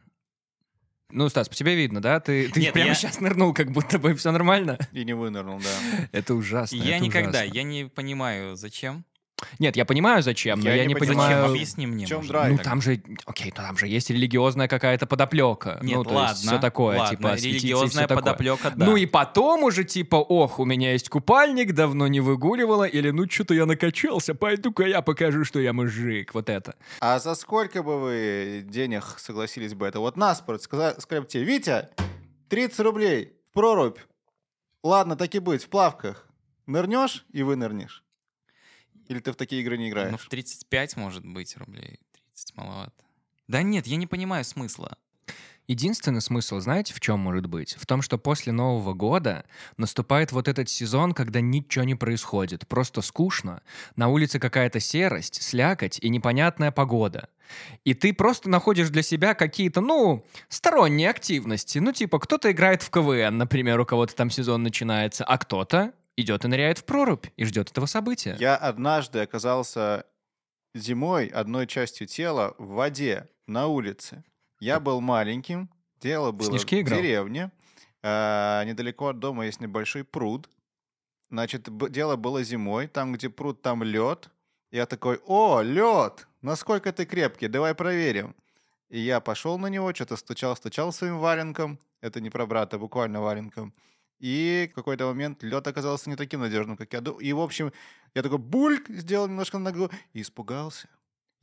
A: Ну, Стас, по тебе видно, да? Ты, ты
C: Нет,
A: прямо
C: я-
A: сейчас нырнул, как будто бы все нормально.
B: И не вынырнул, да.
A: Это ужасно.
C: Я
A: это
C: никогда,
A: ужасно.
C: я не понимаю, зачем.
A: Нет, я понимаю, зачем, но
B: Я
A: я,
B: не
A: не
B: понимаю,
A: понимаю...
C: Зачем? Объясни мне,
B: в чем
C: может
B: драйв?
A: Ну,
C: быть,
A: там же, окей, ну, там же есть религиозная какая-то подоплека.
C: Нет,
A: ну, то
C: ладно,
A: есть все такое,
C: ладно,
A: типа, осветиться и всё
C: религиозная
A: такое.
C: подоплека, да.
A: Ну и потом уже типа, ох, у меня есть купальник, давно не выгуливала, или ну что-то я накачался, пойду-ка я покажу, что я мужик. Вот это.
B: А за сколько бы вы денег согласились бы это? Вот нас сказали, сказали бы тебе, Витя, тридцать рублей в прорубь. Ладно, так и быть, в плавках. Нырнешь и вынырнешь. Или ты в такие игры не играешь?
C: Ну, в тридцать пять, может быть, рублей. тридцать маловато. Да нет, я не понимаю смысла.
A: Единственный смысл, знаете, в чем может быть? В том, что после Нового года наступает вот этот сезон, когда ничего не происходит. Просто скучно. На улице какая-то серость, слякоть и непонятная погода. И ты просто находишь для себя какие-то, ну, сторонние активности. Ну, типа, кто-то играет в КВН, например, у кого-то там сезон начинается, а кто-то идет и ныряет в прорубь и ждет этого события.
B: Я однажды оказался зимой одной частью тела в воде на улице. Я был маленьким, дело было
A: снежки
B: в
A: играл?
B: деревне. А, недалеко от дома есть небольшой пруд. Значит, б- дело было зимой, там, где пруд, там лед. Я такой, о, лед, насколько ты крепкий, давай проверим. И я пошел на него, что-то стучал, стучал своим валенком. Это не про брата, буквально валенком. И в какой-то момент лед оказался не таким надежным, как я думал. И, в общем, я такой бульк сделал немножко на ногу и испугался.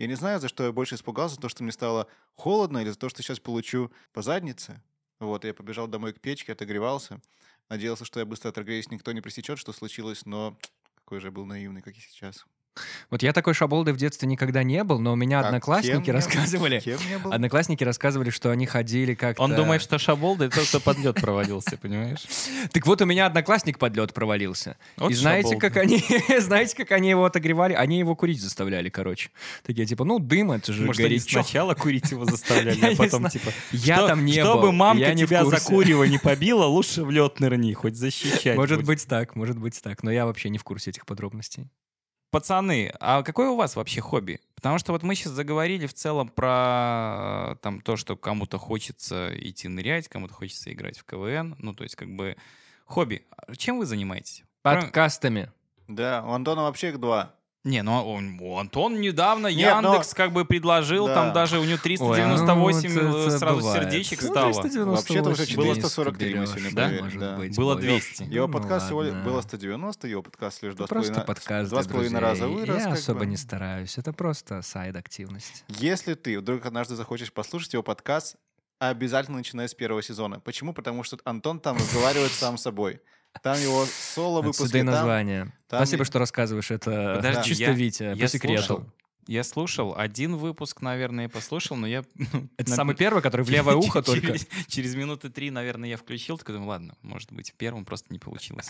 B: Я не знаю, за что я больше испугался, за то, что мне стало холодно, или за то, что сейчас получу по заднице. Вот, я побежал домой к печке, отогревался. Надеялся, что я быстро отогреюсь, никто не пресечет, что случилось, но какой же я был наивный, как и сейчас.
A: Вот я такой шаболдой в детстве никогда не был, но у меня
B: А
A: одноклассники
B: кем не был?
A: рассказывали...
B: Кем не был?
A: Одноклассники рассказывали, что они ходили как-то...
C: Он думает, что Шаболда — это тот, кто под лед провалился, понимаешь?
A: Так вот, у меня одноклассник под лед провалился.
C: Вот
A: И знаете,
C: шаболда.
A: как они, знаете, как они его отогревали? Они его курить заставляли, короче. Такие, типа, ну, дым, это же
C: Может, они
A: горячо.
C: сначала курить его заставляли,
A: Я
C: а
A: не
C: потом
A: знаю.
C: типа...
A: Я
C: «Что-
A: там не
C: Чтобы
A: был,
C: мамка
A: я не в
C: тебя за
A: курсе».
C: курево не побила, лучше в лед нырни, хоть защищать.
A: Может
C: будет.
A: быть так, может быть так. Но я вообще не в курсе этих подробностей.
C: Пацаны, а какое у вас вообще хобби? Потому что вот мы сейчас заговорили в целом про э, там то, что кому-то хочется идти нырять, кому-то хочется играть в КВН. Ну, то есть как бы хобби. А чем вы занимаетесь? Кроме-
A: Подкастами.
B: Да, у Антона вообще их два.
C: Не, ну он, у Антон недавно
B: Нет, но-
C: Яндекс как бы предложил,
B: Да.
C: там даже у него триста
A: Ой,
C: девяносто восемь
A: ну, это- это
C: сразу
A: бывает.
C: сердечек
A: Ну,
C: стало.
A: триста девяносто
B: Вообще-то уже
A: восемь
B: четыреста сорок три мы
A: берешь,
B: сегодня
C: да?
B: проверили,
A: Может
B: да.
A: быть,
C: Было
A: будет.
C: двести.
B: Его
A: Ну,
B: подкаст сегодня
A: ладно.
B: было сто девяносто, его подкаст лишь два с
A: Просто
B: половиной
A: подкаст
B: два
A: для
B: с половиной раза
A: друзей.
B: вырос.
A: Я
B: как
A: особо
B: бы.
A: не стараюсь. Это просто сайд-активность.
B: Если ты вдруг однажды захочешь послушать его подкаст, обязательно начинай с первого сезона. Почему? Потому что Антон там разговаривает сам с собой. Там его соло-выпуски.
A: Отсюда и
B: там-
A: название.
B: там
A: Спасибо,
B: и-
A: что рассказываешь это
C: Подожди,
A: чисто
C: я-
A: Витя,
C: я
A: по секрету.
C: слушал. Я слушал один выпуск, наверное, послушал, но я... ну,
A: Это
C: на-
A: самый первый, который в левое ухо только.
C: Через, через минуты три, наверное, я включил, такой думаю, ладно, может быть, в первом просто не получилось.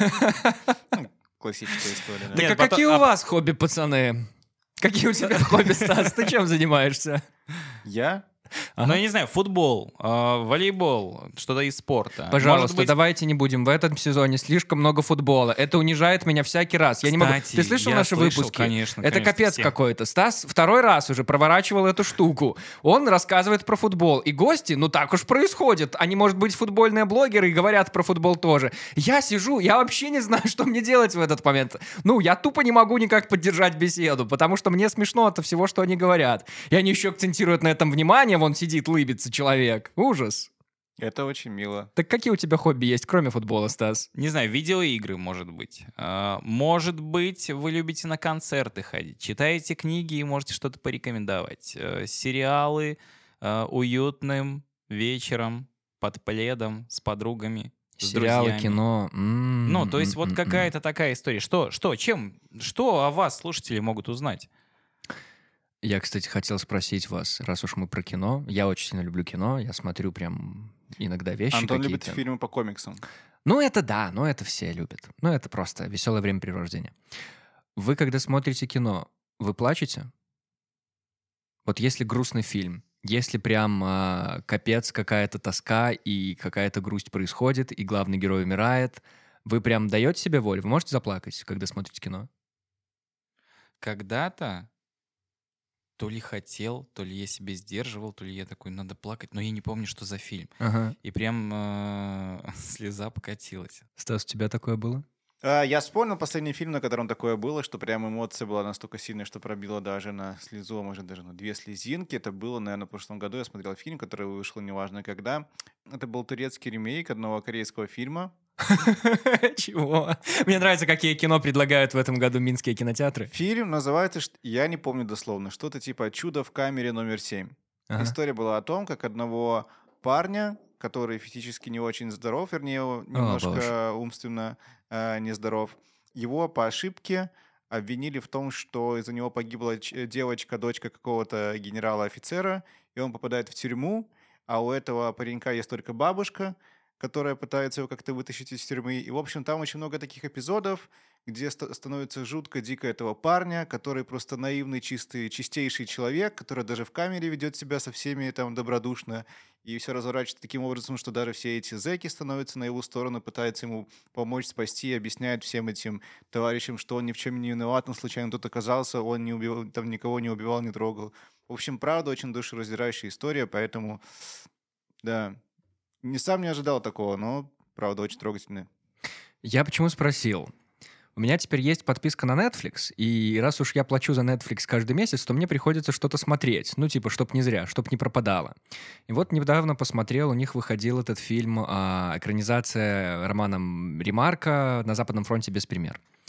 B: Классическая история. да.
A: Так
C: Нет,
A: а
C: потом-
A: какие у
C: а-
A: вас хобби, пацаны? Какие у тебя хобби, Стас? Ты чем занимаешься?
B: Я?
C: Ну, я не знаю, футбол, э, волейбол, что-то из спорта.
A: Пожалуйста,
C: Может быть,
A: давайте не будем в этом сезоне слишком много футбола. Это унижает меня всякий раз. Я не могу.
C: Кстати,
A: Ты слышал
C: я
A: наши
C: слышал,
A: выпуски?
C: конечно,
A: Это
C: конечно,
A: капец
C: все.
A: какой-то. Стас второй раз уже проворачивал эту штуку. Он рассказывает про футбол. И гости, ну так уж происходит. Они, может быть, футбольные блогеры и говорят про футбол тоже. Я сижу, я вообще не знаю, что мне делать в этот момент. Ну, я тупо не могу никак поддержать беседу, потому что мне смешно от всего, что они говорят. И они еще акцентируют на этом внимание. Вон сидит, лыбится человек. Ужас.
B: Это очень мило.
A: Так какие у тебя хобби есть, кроме футбола, Стас?
C: не знаю, видеоигры, может быть. А, Может быть, вы любите на концерты ходить, читаете книги и можете что-то порекомендовать. Э, Сериалы э, уютным вечером, под пледом, с подругами, с
A: Сериалы,
C: друзьями.
A: кино. М,
C: Ну, то есть
A: м,
C: вот
A: м, м.
C: какая-то такая история. Что, что, чем, что о вас слушатели могут узнать?
A: Я, кстати, хотел спросить вас, раз уж мы про кино. Я очень сильно люблю кино. Я смотрю прям иногда вещи
B: Антон любит
A: какие-то.
B: фильмы по комиксам.
A: Ну, это да, ну это все любят. Ну, это просто веселое времяпрепровождение. Вы, когда смотрите кино, вы плачете? Вот если грустный фильм, если прям а, капец, какая-то тоска и какая-то грусть происходит, и главный герой умирает, вы прям даете себе волю? Вы можете заплакать, когда смотрите кино?
C: Когда-то то ли хотел, то ли я себя сдерживал, то ли я такой, надо плакать, но я не помню, что за фильм.
A: Ага.
C: И прям э, слеза покатилась.
A: Стас, у тебя такое было?
B: А, Я вспомнил последний фильм, на котором такое было, что прям эмоция была настолько сильная, что пробила даже на слезу, а может даже на две слезинки. Это было, наверное, в прошлом году. Я смотрел фильм, который вышел неважно когда. Это был турецкий ремейк одного корейского фильма.
A: Чего? Мне нравится, какие кино предлагают в этом году минские кинотеатры.
B: Фильм называется, ш- я не помню дословно, что-то типа «Чудо в камере номер семь».
A: Ага.
B: История была о том, как одного парня, который физически не очень здоров, вернее, немножко
A: боже.
B: умственно э, нездоров, его по ошибке обвинили в том, что из-за него погибла ч- девочка, дочка какого-то генерала-офицера, и он попадает в тюрьму, а у этого паренька есть только бабушка, которая пытается его как-то вытащить из тюрьмы. И, в общем, там очень много таких эпизодов, где ст- становится жутко дико этого парня, который просто наивный, чистый, чистейший человек, который даже в камере ведет себя со всеми там добродушно, и все разворачивается таким образом, что даже все эти зэки становятся на его сторону, пытаются ему помочь, спасти, объясняют всем этим товарищам, что он ни в чем не виноват, он случайно тут оказался, он не убивал, там никого не убивал, не трогал. В общем, правда, очень душераздирающая история, поэтому, да, не сам не ожидал такого, но, правда, очень трогательная.
A: Я почему спросил? У меня теперь есть подписка на Netflix, и раз уж я плачу за Netflix каждый месяц, то мне приходится что-то смотреть. Ну, типа, чтоб не зря, чтоб не пропадало. И вот недавно посмотрел, у них выходил этот фильм, а, экранизация романа Ремарка «На Западном фронте без пример».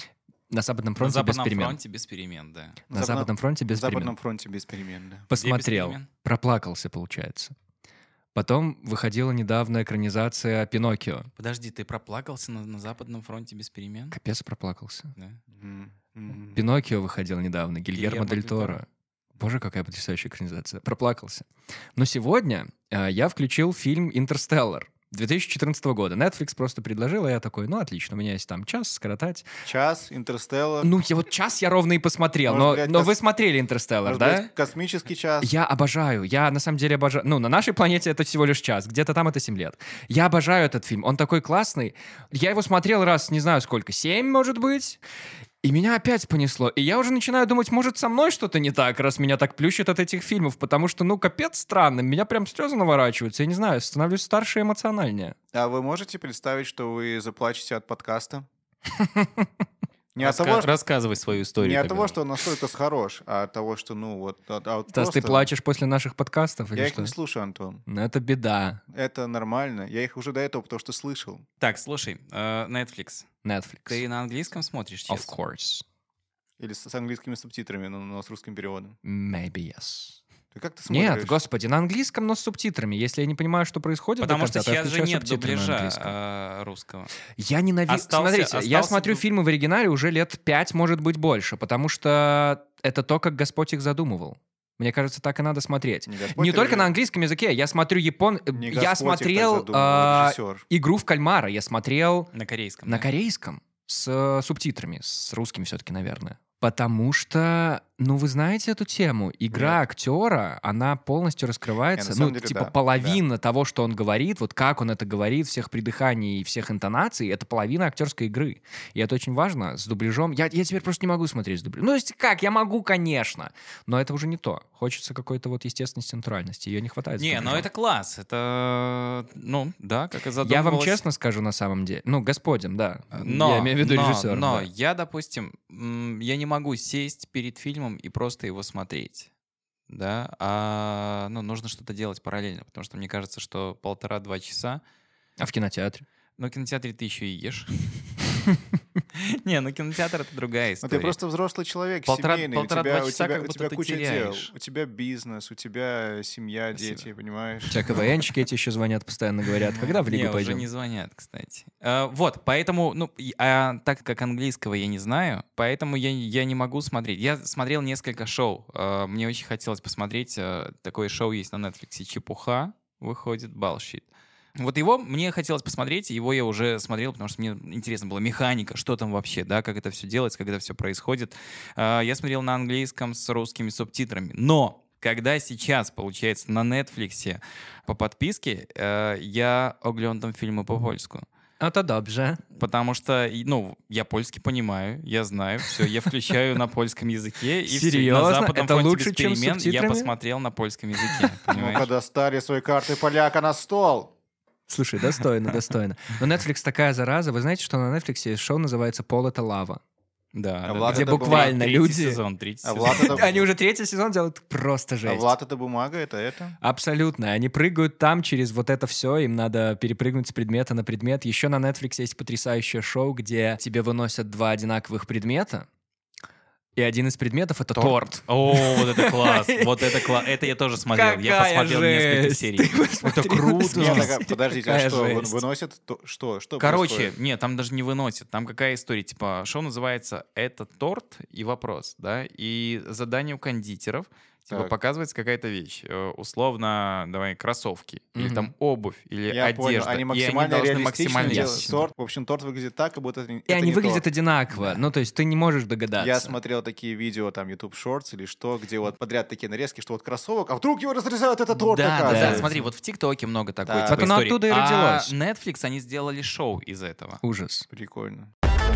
A: На Западном
C: На
A: фронте без
C: Западном
A: перемен.
C: фронте без перемен, да.
A: На Западном фронте без
B: На Западном
A: перемен.
B: фронте без перемен, да.
A: Посмотрел,
C: перемен?
A: проплакался, получается. Потом выходила недавно экранизация «Пиноккио».
C: Подожди, ты проплакался на, на Западном фронте без перемен?
A: Капец, проплакался.
C: Да.
B: М, м.
A: «Пиноккио» выходил недавно, Гильермо
C: Гильермо
A: дель
C: дель Торо.
A: Торо. Боже, какая потрясающая экранизация. Проплакался. Но сегодня э, я включил фильм «Интерстеллар» две тысячи четырнадцатого года. Netflix просто предложил, а я такой, ну, отлично, у меня есть там час скоротать.
B: Час, Интерстеллар.
A: Ну, я вот час я ровно и посмотрел,
B: Может,
A: но,
B: блядь,
A: но
B: кос-
A: вы смотрели «Интерстеллар»,
B: Может
A: да?
B: быть, космический час.
A: Я обожаю, я на самом деле обожаю. Ну, на нашей планете это всего лишь час, где-то там это семь лет. Я обожаю этот фильм, он такой классный. Я его смотрел раз, не знаю сколько, семь, может быть. И меня опять понесло. И я уже начинаю думать, может, со мной что-то не так, раз меня так плющит от этих фильмов. Потому что, ну, капец странно. Меня прям слезы наворачиваются. Я не знаю, становлюсь старше и эмоциональнее.
B: А вы можете представить, что вы заплачете от подкаста? Не от
C: Раска-
B: того, что...
C: Рассказывай свою историю.
B: Не от
C: тогда.
B: того, что он настолько хорош, а от того, что, ну, вот... а- а вот
A: Стас, ты
B: просто-
A: плачешь после наших подкастов или
B: Я их
A: что?
B: не слушаю, Антон.
A: Ну, это беда.
B: Это нормально. Я их уже до этого потому что слышал.
C: Так, слушай, э, Netflix.
A: Netflix.
C: Ты на английском смотришь,
A: Of
C: честно?
A: course.
B: Или с, с английскими субтитрами, но, но с русским переводом.
A: Maybe yes.
B: Ты как ты смотришь?
A: Нет, господи, на английском, но с субтитрами. Если я не понимаю, что происходит до
C: Потому
A: конца,
C: что
A: то я
C: сейчас же
A: включаю
C: нет
A: субтитры на
C: дубляжа
A: английском.
C: э, русского.
A: Я ненавижу...
C: Остался-
A: Смотрите, я
C: остался
A: смотрю
C: дуб-
A: фильмы в оригинале уже лет пять, может быть, больше, потому что это то, как Господь их задумывал. Мне кажется, так и надо смотреть.
B: Не, Господь
A: Не
B: их
A: только
B: же-
A: на английском языке. Я смотрю япон...
B: не
A: Я
B: Господь их так
A: смотрел
B: задумал,
A: а,
B: режиссер.
A: «Игру в кальмара». Я смотрел
C: На корейском.
A: на
C: да?
A: корейском с э, субтитрами, с русскими все-таки, наверное. Потому что, ну, вы знаете эту тему? Игра актера, она полностью раскрывается.
B: Не, на самом
A: ну,
B: деле,
A: типа,
B: да,
A: половина того, что он говорит, вот как он это говорит, всех придыханий и всех интонаций, это половина актерской игры. И это очень важно. С дубляжом. Я, я теперь просто не могу смотреть с дубляжом. Ну, есть как, я могу, конечно. Но это уже не то. Хочется какой-то вот естественности, натуральности. Ее не хватает. с
C: Не, ну
A: дубляжом.
C: это класс. Это, ну, да, как и
A: Я
C: задумывалось.
A: вам честно скажу на самом деле. Ну, Господем, да.
C: Но,
A: я имею в виду
C: но,
A: режиссера.
C: но
A: да.
C: я, допустим, м, я не могу сесть перед фильмом и просто его смотреть. Да, а ну, нужно что-то делать параллельно, потому что мне кажется, что полтора-два часа,
A: А в кинотеатре?
C: но в кинотеатре ты еще и ешь. Не, ну кинотеатр — это другая
B: Ну,
C: история.
B: ты просто взрослый человек,
C: Полтора-
B: семейный. У
C: полтора-два
B: тебя, у
C: часа
B: тебя,
C: как
B: у
C: будто
B: тебя
C: ты
B: куча
C: теряешь.
B: дел. У тебя бизнес, у тебя семья,
C: Спасибо.
B: дети, понимаешь?
A: У тебя КВНчики эти еще звонят, постоянно говорят. Когда в
C: Не,
A: Лигу
C: уже
A: пойдем?
C: не звонят, кстати. А, вот, поэтому, ну, и- а так как английского я не знаю, поэтому я, я не могу смотреть. Я смотрел несколько шоу. А, мне очень хотелось посмотреть. а, Такое шоу есть на Netflix. «Чепуха» выходит, «Bullshit». Вот его мне хотелось посмотреть, его я уже смотрел, потому что мне интересно было механика, что там вообще, да, как это все делается, как это все происходит. А, Я смотрел на английском с русскими субтитрами. Но когда сейчас, получается, на Netflix по подписке, э, я оглядываю фильмы по польску.
A: А то добре.
C: Потому что, и, ну, я польский понимаю, я знаю, все, я включаю на польском языке. И всё, и
A: Серьезно?
C: на Западном
A: Это
C: фронте
A: лучше,
C: без
A: чем с
C: перемен я
A: субтитрами?
C: посмотрел на польском языке,
B: Ну,
C: понимаешь?
B: когда стали свои карты поляка на стол.
A: Слушай, достойно, достойно. Но Netflix такая зараза. Вы знаете, что на Netflix есть шоу, называется «Пол — это лава».
C: Да,
B: А
C: да,
B: Влад
C: да.
A: Где
B: это был
A: буквально
C: Третий
A: люди...
C: сезон, третий
B: А
C: сезон.
B: Влад это...
A: Они уже третий сезон делают просто
B: А
A: жесть.
B: Влад это бумага, это это?
A: Абсолютно. Они прыгают там через вот это все, им надо перепрыгнуть с предмета на предмет. Еще на Netflix есть потрясающее шоу, где тебе выносят два одинаковых предмета, и один из предметов — это торт.
C: О, вот это класс, вот это класс. Это я тоже смотрел. Я
A: Какая
C: посмотрел несколько
A: жесть!
C: серий.
A: Ты посмотри,
C: Это круто.
B: Нет,
A: жесть.
B: так, а, подождите, а
A: Какая
B: что, вы-
A: жесть.
B: выносят? то- Что? Что
C: Короче,
B: происходит?
C: нет, там даже не выносят. Там какая история? Типа, шоу называется «Это торт и вопрос», да? И задание у кондитеров, типа,
B: Так.
C: показывается какая-то вещь. Э, Условно, давай, кроссовки. Или
A: Мгм.
C: там обувь, или
B: Я
C: одежда.
B: понял, они
C: И
B: максимально
C: должны
B: реалистично
C: максимально
B: делают
C: реалистично.
B: торт. В общем, торт выглядит так, как будто это, не-
A: И
B: это
A: они
B: не
A: выглядят
B: торт.
A: одинаково. Ну, то есть ты не можешь догадаться.
B: Я смотрел такие видео, там, YouTube Shorts или что, где вот подряд такие нарезки, что вот кроссовок, а вдруг его разрезают, это торт,
C: Да, да,
B: оказывается.
C: да, смотри, вот в ТикТоке много такой
B: Да.
C: типа
A: Так оно
C: истории.
A: оттуда и
C: А
A: родилось.
C: Netflix, они сделали шоу из этого.
A: Ужас.
B: Прикольно.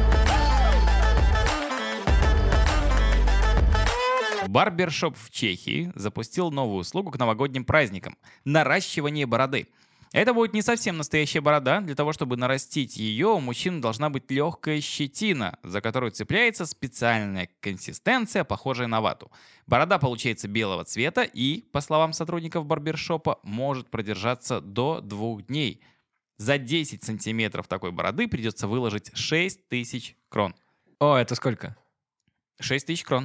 C: Барбершоп в Чехии запустил новую услугу к новогодним праздникам – наращивание бороды. Это будет не совсем настоящая борода. Для того, чтобы нарастить ее, у мужчины должна быть легкая щетина, за которую цепляется специальная консистенция, похожая на вату. Борода получается белого цвета и, по словам сотрудников барбершопа, может продержаться до двух дней. За десять сантиметров такой бороды придется выложить шесть тысяч крон.
A: О, это сколько?
C: шесть тысяч крон.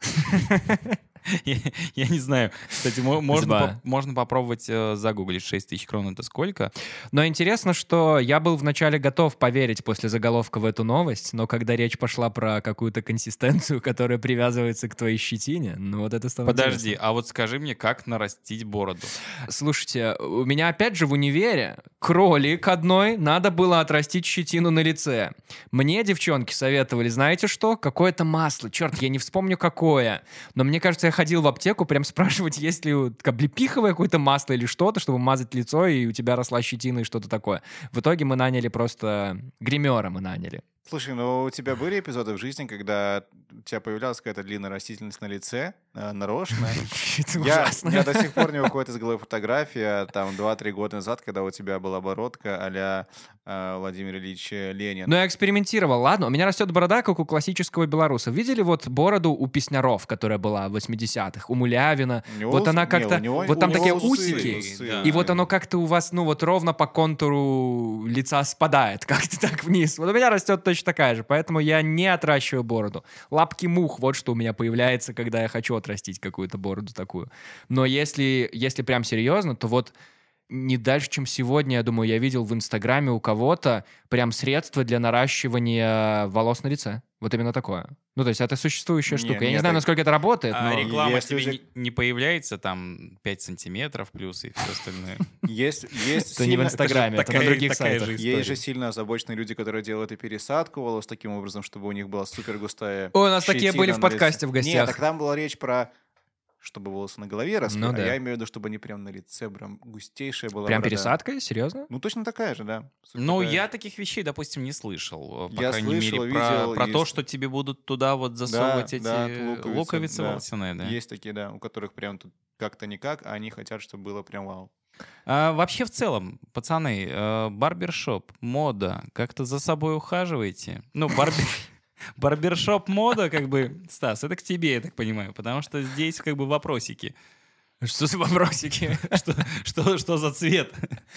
C: Я, я не знаю. Кстати, мо- можно,
A: Сба.
C: по- можно попробовать э, загуглить шесть тысяч крон это сколько.
A: Но интересно, что я был вначале готов поверить после заголовка в эту новость, но когда речь пошла про какую-то консистенцию, которая привязывается к твоей щетине, ну вот это стало
C: Подожди,
A: интересно.
C: а вот скажи мне, как нарастить бороду?
A: Слушайте, у меня опять же в универе кролик одной надо было отрастить щетину на лице. Мне девчонки советовали, знаете что? Какое-то масло. Черт, я не вспомню какое. Но мне кажется, я ходил в аптеку прям спрашивать, есть ли облепиховое какое-то масло или что-то, чтобы мазать лицо, и у тебя росла щетина и что-то такое. В итоге мы наняли просто гримера мы наняли.
B: Слушай, ну у тебя были эпизоды в жизни, когда у тебя появлялась какая-то длинная растительность на лице, э, нарочно?
A: Это
B: Я,
A: ужасно.
B: у меня до сих пор не выходит из головы фотография, там, два-три года назад, когда у тебя была бородка а-ля э, Владимир Ильич Ленин.
A: Но я экспериментировал, ладно, у меня растет борода, как у классического белоруса. Видели вот бороду у Песняров, которая была в восьмидесятых, у Мулявина?
B: У него
A: Вот
B: ус-
A: она
B: не,
A: как-то...
B: у него-
A: Вот там
B: у него
A: такие
B: усы,
A: усики.
B: усы,
C: Да.
A: И вот оно как-то у вас, ну вот ровно по контуру лица спадает, как-то так вниз. Вот у меня растет точно такая же, поэтому я не отращиваю бороду. Лапки мух, вот что у меня появляется, когда я хочу отрастить какую-то бороду такую. Но если, если прям серьезно, то вот не дальше, чем сегодня, я думаю, я видел в Инстаграме у кого-то прям средства для наращивания волос на лице. Вот именно такое. Ну, то есть это существующая
B: Не,
A: штука. Я не
B: нет,
A: знаю,
B: так-
A: насколько это работает,
C: А
A: но...
C: реклама
B: если
C: тебе
B: уже-
C: не, не появляется, там пять сантиметров плюс и все остальное.
B: Есть, есть
A: Это не в
B: сильно-
A: Инстаграме, это на
C: такая-
A: других
C: такая
A: сайтах.
C: же история.
B: Есть же сильно озабоченные люди, которые делают и пересадку волос таким образом, чтобы у них была супер густая
A: Ой, у нас такие
B: щетина
A: были в
B: на лице.
A: подкасте в гостях.
B: Нет, так там была речь про чтобы волосы на голове росли,
A: Ну
B: а
A: да.
B: я имею в виду, чтобы они прям на лице прям густейшая была
A: Прям
B: борода.
A: пересадка? Серьезно?
B: Ну, точно такая же, да. Суть
C: Ну,
B: такая
C: я
B: же.
C: таких вещей, допустим, не слышал. По
B: Я
C: крайней
B: слышал,
C: мере, про,
B: видел,
C: про то,
B: есть.
C: что тебе будут туда вот засовывать
B: Да,
C: эти
B: да,
C: луковицы,
B: луковицы, да.
C: волосяные, да?
B: Есть такие, да, у которых прям тут как-то никак, а они хотят, чтобы было прям вау.
C: А, вообще, в целом, пацаны, э, барбершоп, мода, как-то за собой ухаживаете? Ну, барбер... барбершоп, мода, как бы, Стас, это к тебе, я так понимаю, потому что здесь как бы вопросики.
A: Что за вопросики?
C: Что, что, что за цвет?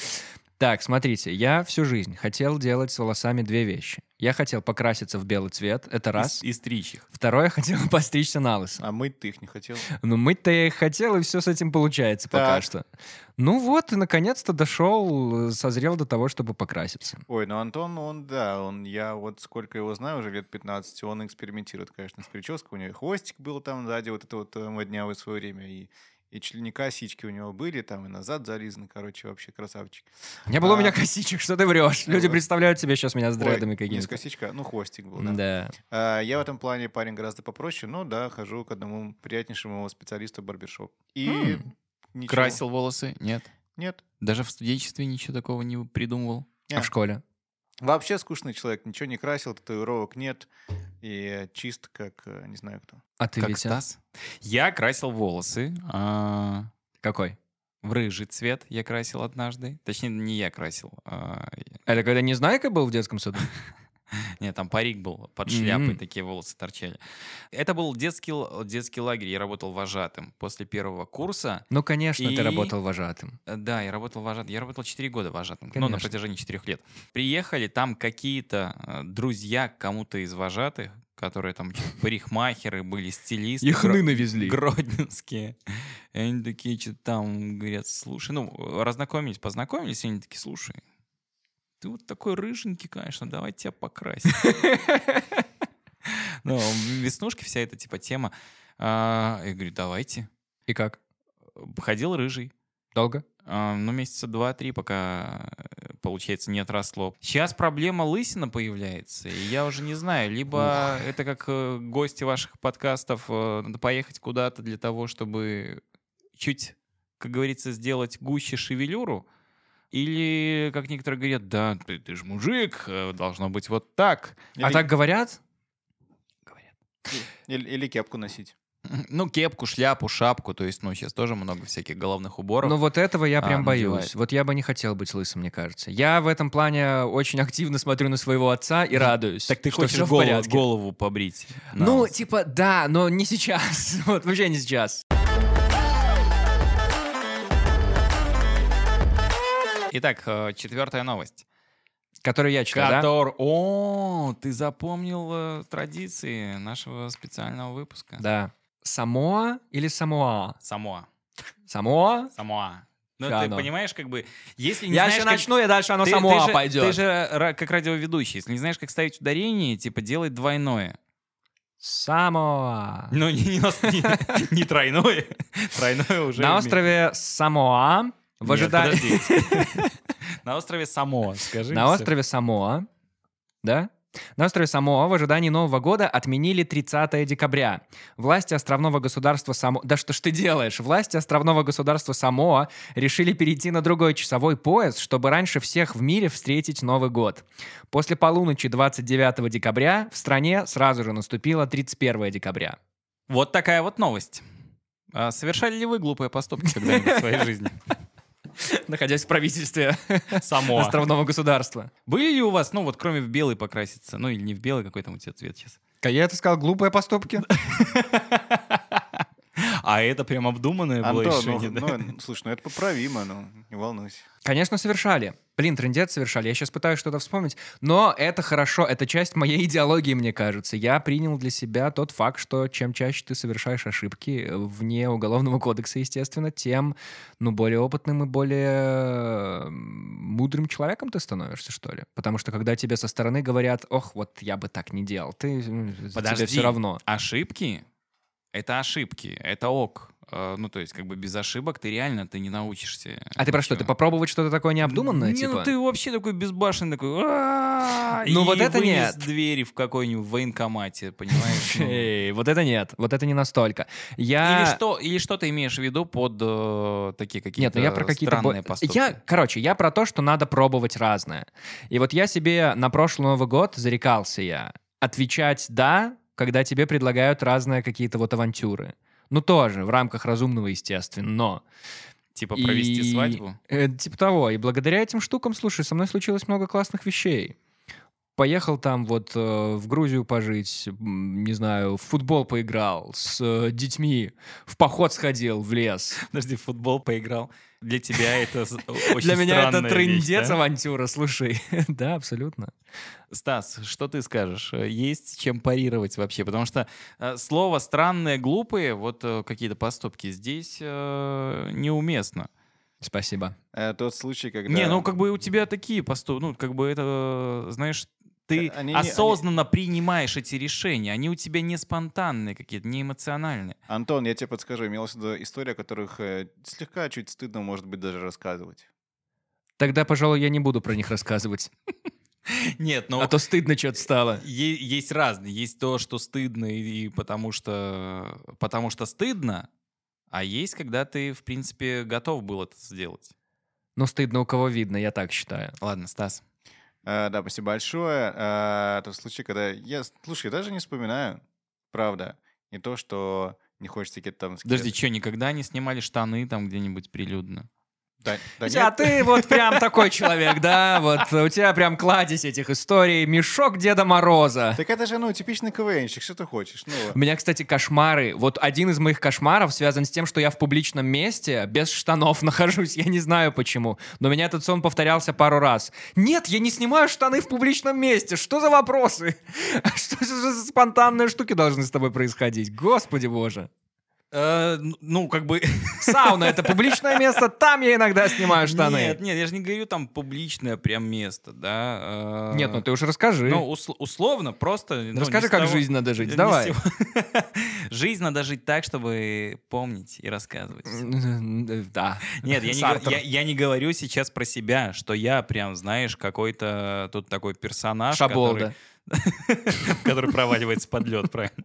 A: Так, смотрите, я всю жизнь хотел делать с волосами две вещи. Я хотел покраситься в белый цвет, это раз.
C: И, и стричь их.
A: Второе, я хотел постричься на лысо.
B: А мыть ты их не хотел?
A: Ну, мыть-то я их хотел, и все с этим получается пока
B: Так.
A: что. Ну вот, и наконец-то дошел, созрел до того, чтобы покраситься.
B: Ой, ну Антон, он, да, он, я вот сколько его знаю, уже лет пятнадцать, он экспериментирует, конечно, с прической. У него и хвостик был там сзади, вот это вот э, моднявый в свое время, и, и чуть ли не косички у него были, там и назад зализаны, короче, вообще красавчик.
A: Не было у
B: А.
A: меня косичек, что ты врешь? Люди
B: Вот.
A: представляют себе сейчас меня с дредами
B: Ой, не с
A: какими-то.
B: косичка, ну хвостик был, да.
A: Да.
B: А, я в этом плане парень гораздо попроще, но да, хожу к одному приятнейшему специалисту в барбершоп. И
A: М.
B: ничего.
C: Красил волосы? Нет.
B: Нет.
C: Даже в студенчестве ничего такого не придумывал.
A: А в школе?
B: Вообще скучный человек, ничего не красил, татуировок нет, и чист, как э, не знаю кто.
A: А ты,
C: Как
A: Витя?
C: Стас? Я красил волосы. а,
A: Какой?
C: В рыжий цвет я красил однажды. Точнее, не я красил. а,
A: Это когда Незнайка был в детском саду?
C: Нет, там парик был, под шляпой
A: М.
C: такие волосы торчали. Это был детский, л- детский лагерь, я работал вожатым после первого курса.
A: Ну, конечно,
C: И-
A: ты работал вожатым.
C: Э, Да, я работал вожатым. Я работал четыре года вожатым. Ну, на
A: Конечно.
C: протяжении четырех лет. Приехали там какие-то э, друзья к кому-то из вожатых, которые там типа, парикмахеры были, стилисты. гро-
A: навезли.
C: Гродненские. И они такие что-то там говорят, слушай, ну, разнакомились, познакомились, и они такие, слушай, ты вот такой рыженький, конечно, давай тебя покрасим. Ну, веснушки, вся эта типа тема. А, Я говорю, давайте.
A: И как?
C: Ходил рыжий.
A: Долго?
C: А, Ну, месяца два-три, пока, э, получается, не отросло. Сейчас проблема лысина появляется, и я уже не знаю, либо это как э, гости ваших подкастов, э, надо поехать куда-то для того, чтобы чуть, как говорится, сделать гуще шевелюру, или, как некоторые говорят, да, ты, ты же мужик, э, должно быть вот так.
A: А так говорят?
C: Говорят.
B: Или, или кепку носить.
C: Ну, кепку, шляпу, шапку, то есть, ну, сейчас тоже много всяких головных уборов.
A: Ну вот этого я
C: А,
A: прям боюсь.
C: надевает.
A: Вот я бы не хотел быть лысым, мне кажется. Я в этом плане очень активно смотрю на своего отца и радуюсь.
C: Так ты
A: что
C: хочешь
A: всё в
C: голову,
A: порядке.
C: голову побрить? на
A: Ну,
C: лысо.
A: типа, да, но не сейчас. Вот, вообще не сейчас.
C: Итак, э, четвертая новость.
A: Который я читаю, да?
C: Котор... О, ты запомнил э, традиции нашего специального выпуска.
A: Да. Самоа или Самоа?
C: Самоа.
A: Самоа?
C: Самоа. Ну,
A: Ща
C: ты
A: оно.
C: понимаешь, как бы, если не
A: Я
C: знаешь,
A: еще
C: как-
A: начну, и дальше оно
C: ты,
A: Самоа
C: ты же,
A: пойдет.
C: Ты же ра- как радиоведущий, если не знаешь, как ставить ударение, типа, делай двойное.
A: Самоа.
C: Ну, не, не, на- не- не тройное. Тройное уже...
A: На
C: уме-
A: острове Самоа в
C: Нет,
A: ожидании...
C: подожди. На острове Самоа, скажи.
A: На
C: всё.
A: острове Самоа, да? На острове Самоа в ожидании Нового года отменили тридцатого декабря. Власти островного государства Самоа... Да что ж ты делаешь? Власти островного государства Самоа решили перейти на другой часовой пояс, чтобы раньше всех в мире встретить Новый год. После полуночи двадцать девятого декабря в стране сразу же наступило тридцать первого декабря.
C: Вот такая вот новость. А совершали ли вы глупые поступки когда-нибудь в своей жизни?
A: Находясь в правительстве
C: Самоа.
A: островного государства.
C: Были ли у вас, ну вот кроме в белый покраситься, ну или не в белый, какой там у тебя цвет сейчас?
A: Я это сказал, глупые поступки.
C: А это прям обдуманное было
B: Антон,
C: решение,
B: ну,
C: да?
B: ну, слушай, ну это поправимо, ну, не волнуйся.
A: Конечно, совершали. Блин, трындец совершали. Я сейчас пытаюсь что-то вспомнить. Но это хорошо, это часть моей идеологии, мне кажется. Я принял для себя тот факт, что чем чаще ты совершаешь ошибки, вне Уголовного кодекса, естественно, тем, ну, более опытным и более мудрым человеком ты становишься, что ли. Потому что когда тебе со стороны говорят, ох, вот я бы так не делал, ты,
C: Подожди.
A: тебе все равно.
C: Ошибки — это ошибки, это ок. Э, Ну, то есть, как бы без ошибок ты реально ты не научишься.
A: А ты про что? Ты
C: ничего.
A: попробовать что-то такое необдуманное,
C: Не,
A: типа?
C: ну ты вообще такой безбашенный, такой... «А-а-а»,
A: Ну,
C: и
A: вот это
C: вынес
A: нет.
C: двери в какой-нибудь военкомате, понимаешь? Ну,
A: Эй, вот это нет, вот это не настолько. Я...
C: Или что, или что ты имеешь в виду под э, такие какие-то
A: Нет, ну я про какие-то...
C: странные
A: бо-
C: поступки?
A: Я, короче, я про то, что надо пробовать разное. И вот я себе на прошлый Новый год зарекался я отвечать «да», когда тебе предлагают разные какие-то вот авантюры. Ну тоже, в рамках разумного, естественно, но...
C: Типа провести
A: И-
C: свадьбу?
A: Э, типа того. И благодаря этим штукам, слушай, со мной случилось много классных вещей. Поехал там вот э, в Грузию пожить, м, не знаю, в футбол поиграл с э, детьми, в поход сходил в лес.
C: Подожди, в футбол поиграл. Для тебя это с- очень
A: Для меня это
C: странная вещь,
A: трындец
C: да?
A: авантюра, слушай. Да, абсолютно.
C: Стас, что ты скажешь? Э, Есть чем парировать вообще? Потому что э, слово «странные», «глупые», вот э, какие-то поступки здесь э, неуместно.
A: Спасибо.
B: Э, Тот случай, когда...
C: Не, ну как бы у тебя такие поступки, ну как бы это, э, знаешь, ты
B: Они не- они-
C: осознанно принимаешь эти решения, они у тебя не спонтанные какие-то, не эмоциональные.
B: Антон, я тебе подскажу, имелась в виду история, о которых э, слегка чуть стыдно, может быть, даже рассказывать.
A: Тогда, пожалуй, я не буду про них рассказывать.
C: Нет, ну
A: А то стыдно что-то стало.
C: е- есть разные. Есть то, что стыдно, и, и потому что потому что стыдно, а есть, когда ты, в принципе, готов был это сделать.
A: Но стыдно у кого видно, я так считаю.
C: Ладно, Стас.
B: Э, Да, спасибо большое. Э, Тот случай, когда я... Слушай, я даже не вспоминаю, правда. Не то, что не хочется какие-то там...
C: Подожди, что, никогда не снимали штаны там где-нибудь прилюдно?
B: Да, да
A: А
B: нет.
A: ты вот прям такой человек, да? Вот у тебя прям кладезь этих историй, мешок Деда Мороза.
B: Так это же, ну, типичный КВНщик, что ты хочешь? Ну,
A: У меня, кстати, кошмары. Вот один из моих кошмаров связан с тем, что я в публичном месте без штанов нахожусь. Я не знаю почему. Но у меня этот сон повторялся пару раз. Нет, я не снимаю штаны в публичном месте. Что за вопросы? Что же за спонтанные штуки должны с тобой происходить? Господи боже.
C: Э, ну- ну, как бы...
A: Сауна — это публичное место, там я иногда снимаю штаны.
C: Нет, нет, я же не говорю там публичное прям место, да. э,
A: Нет, ну ты уж расскажи.
C: Ну, усл- условно, просто... ну,
A: Расскажи,
C: не с
A: как
C: того-
A: жизнь надо жить.
C: не с
A: Давай.
C: сего- Жизнь надо жить так, чтобы помнить и рассказывать.
A: Да.
C: Нет, я не,
A: Сартр.
C: го- я, я не говорю сейчас про себя, что я прям, знаешь, какой-то тут такой персонаж,
A: Шаболда.
C: который, который проваливается под лед, правильно?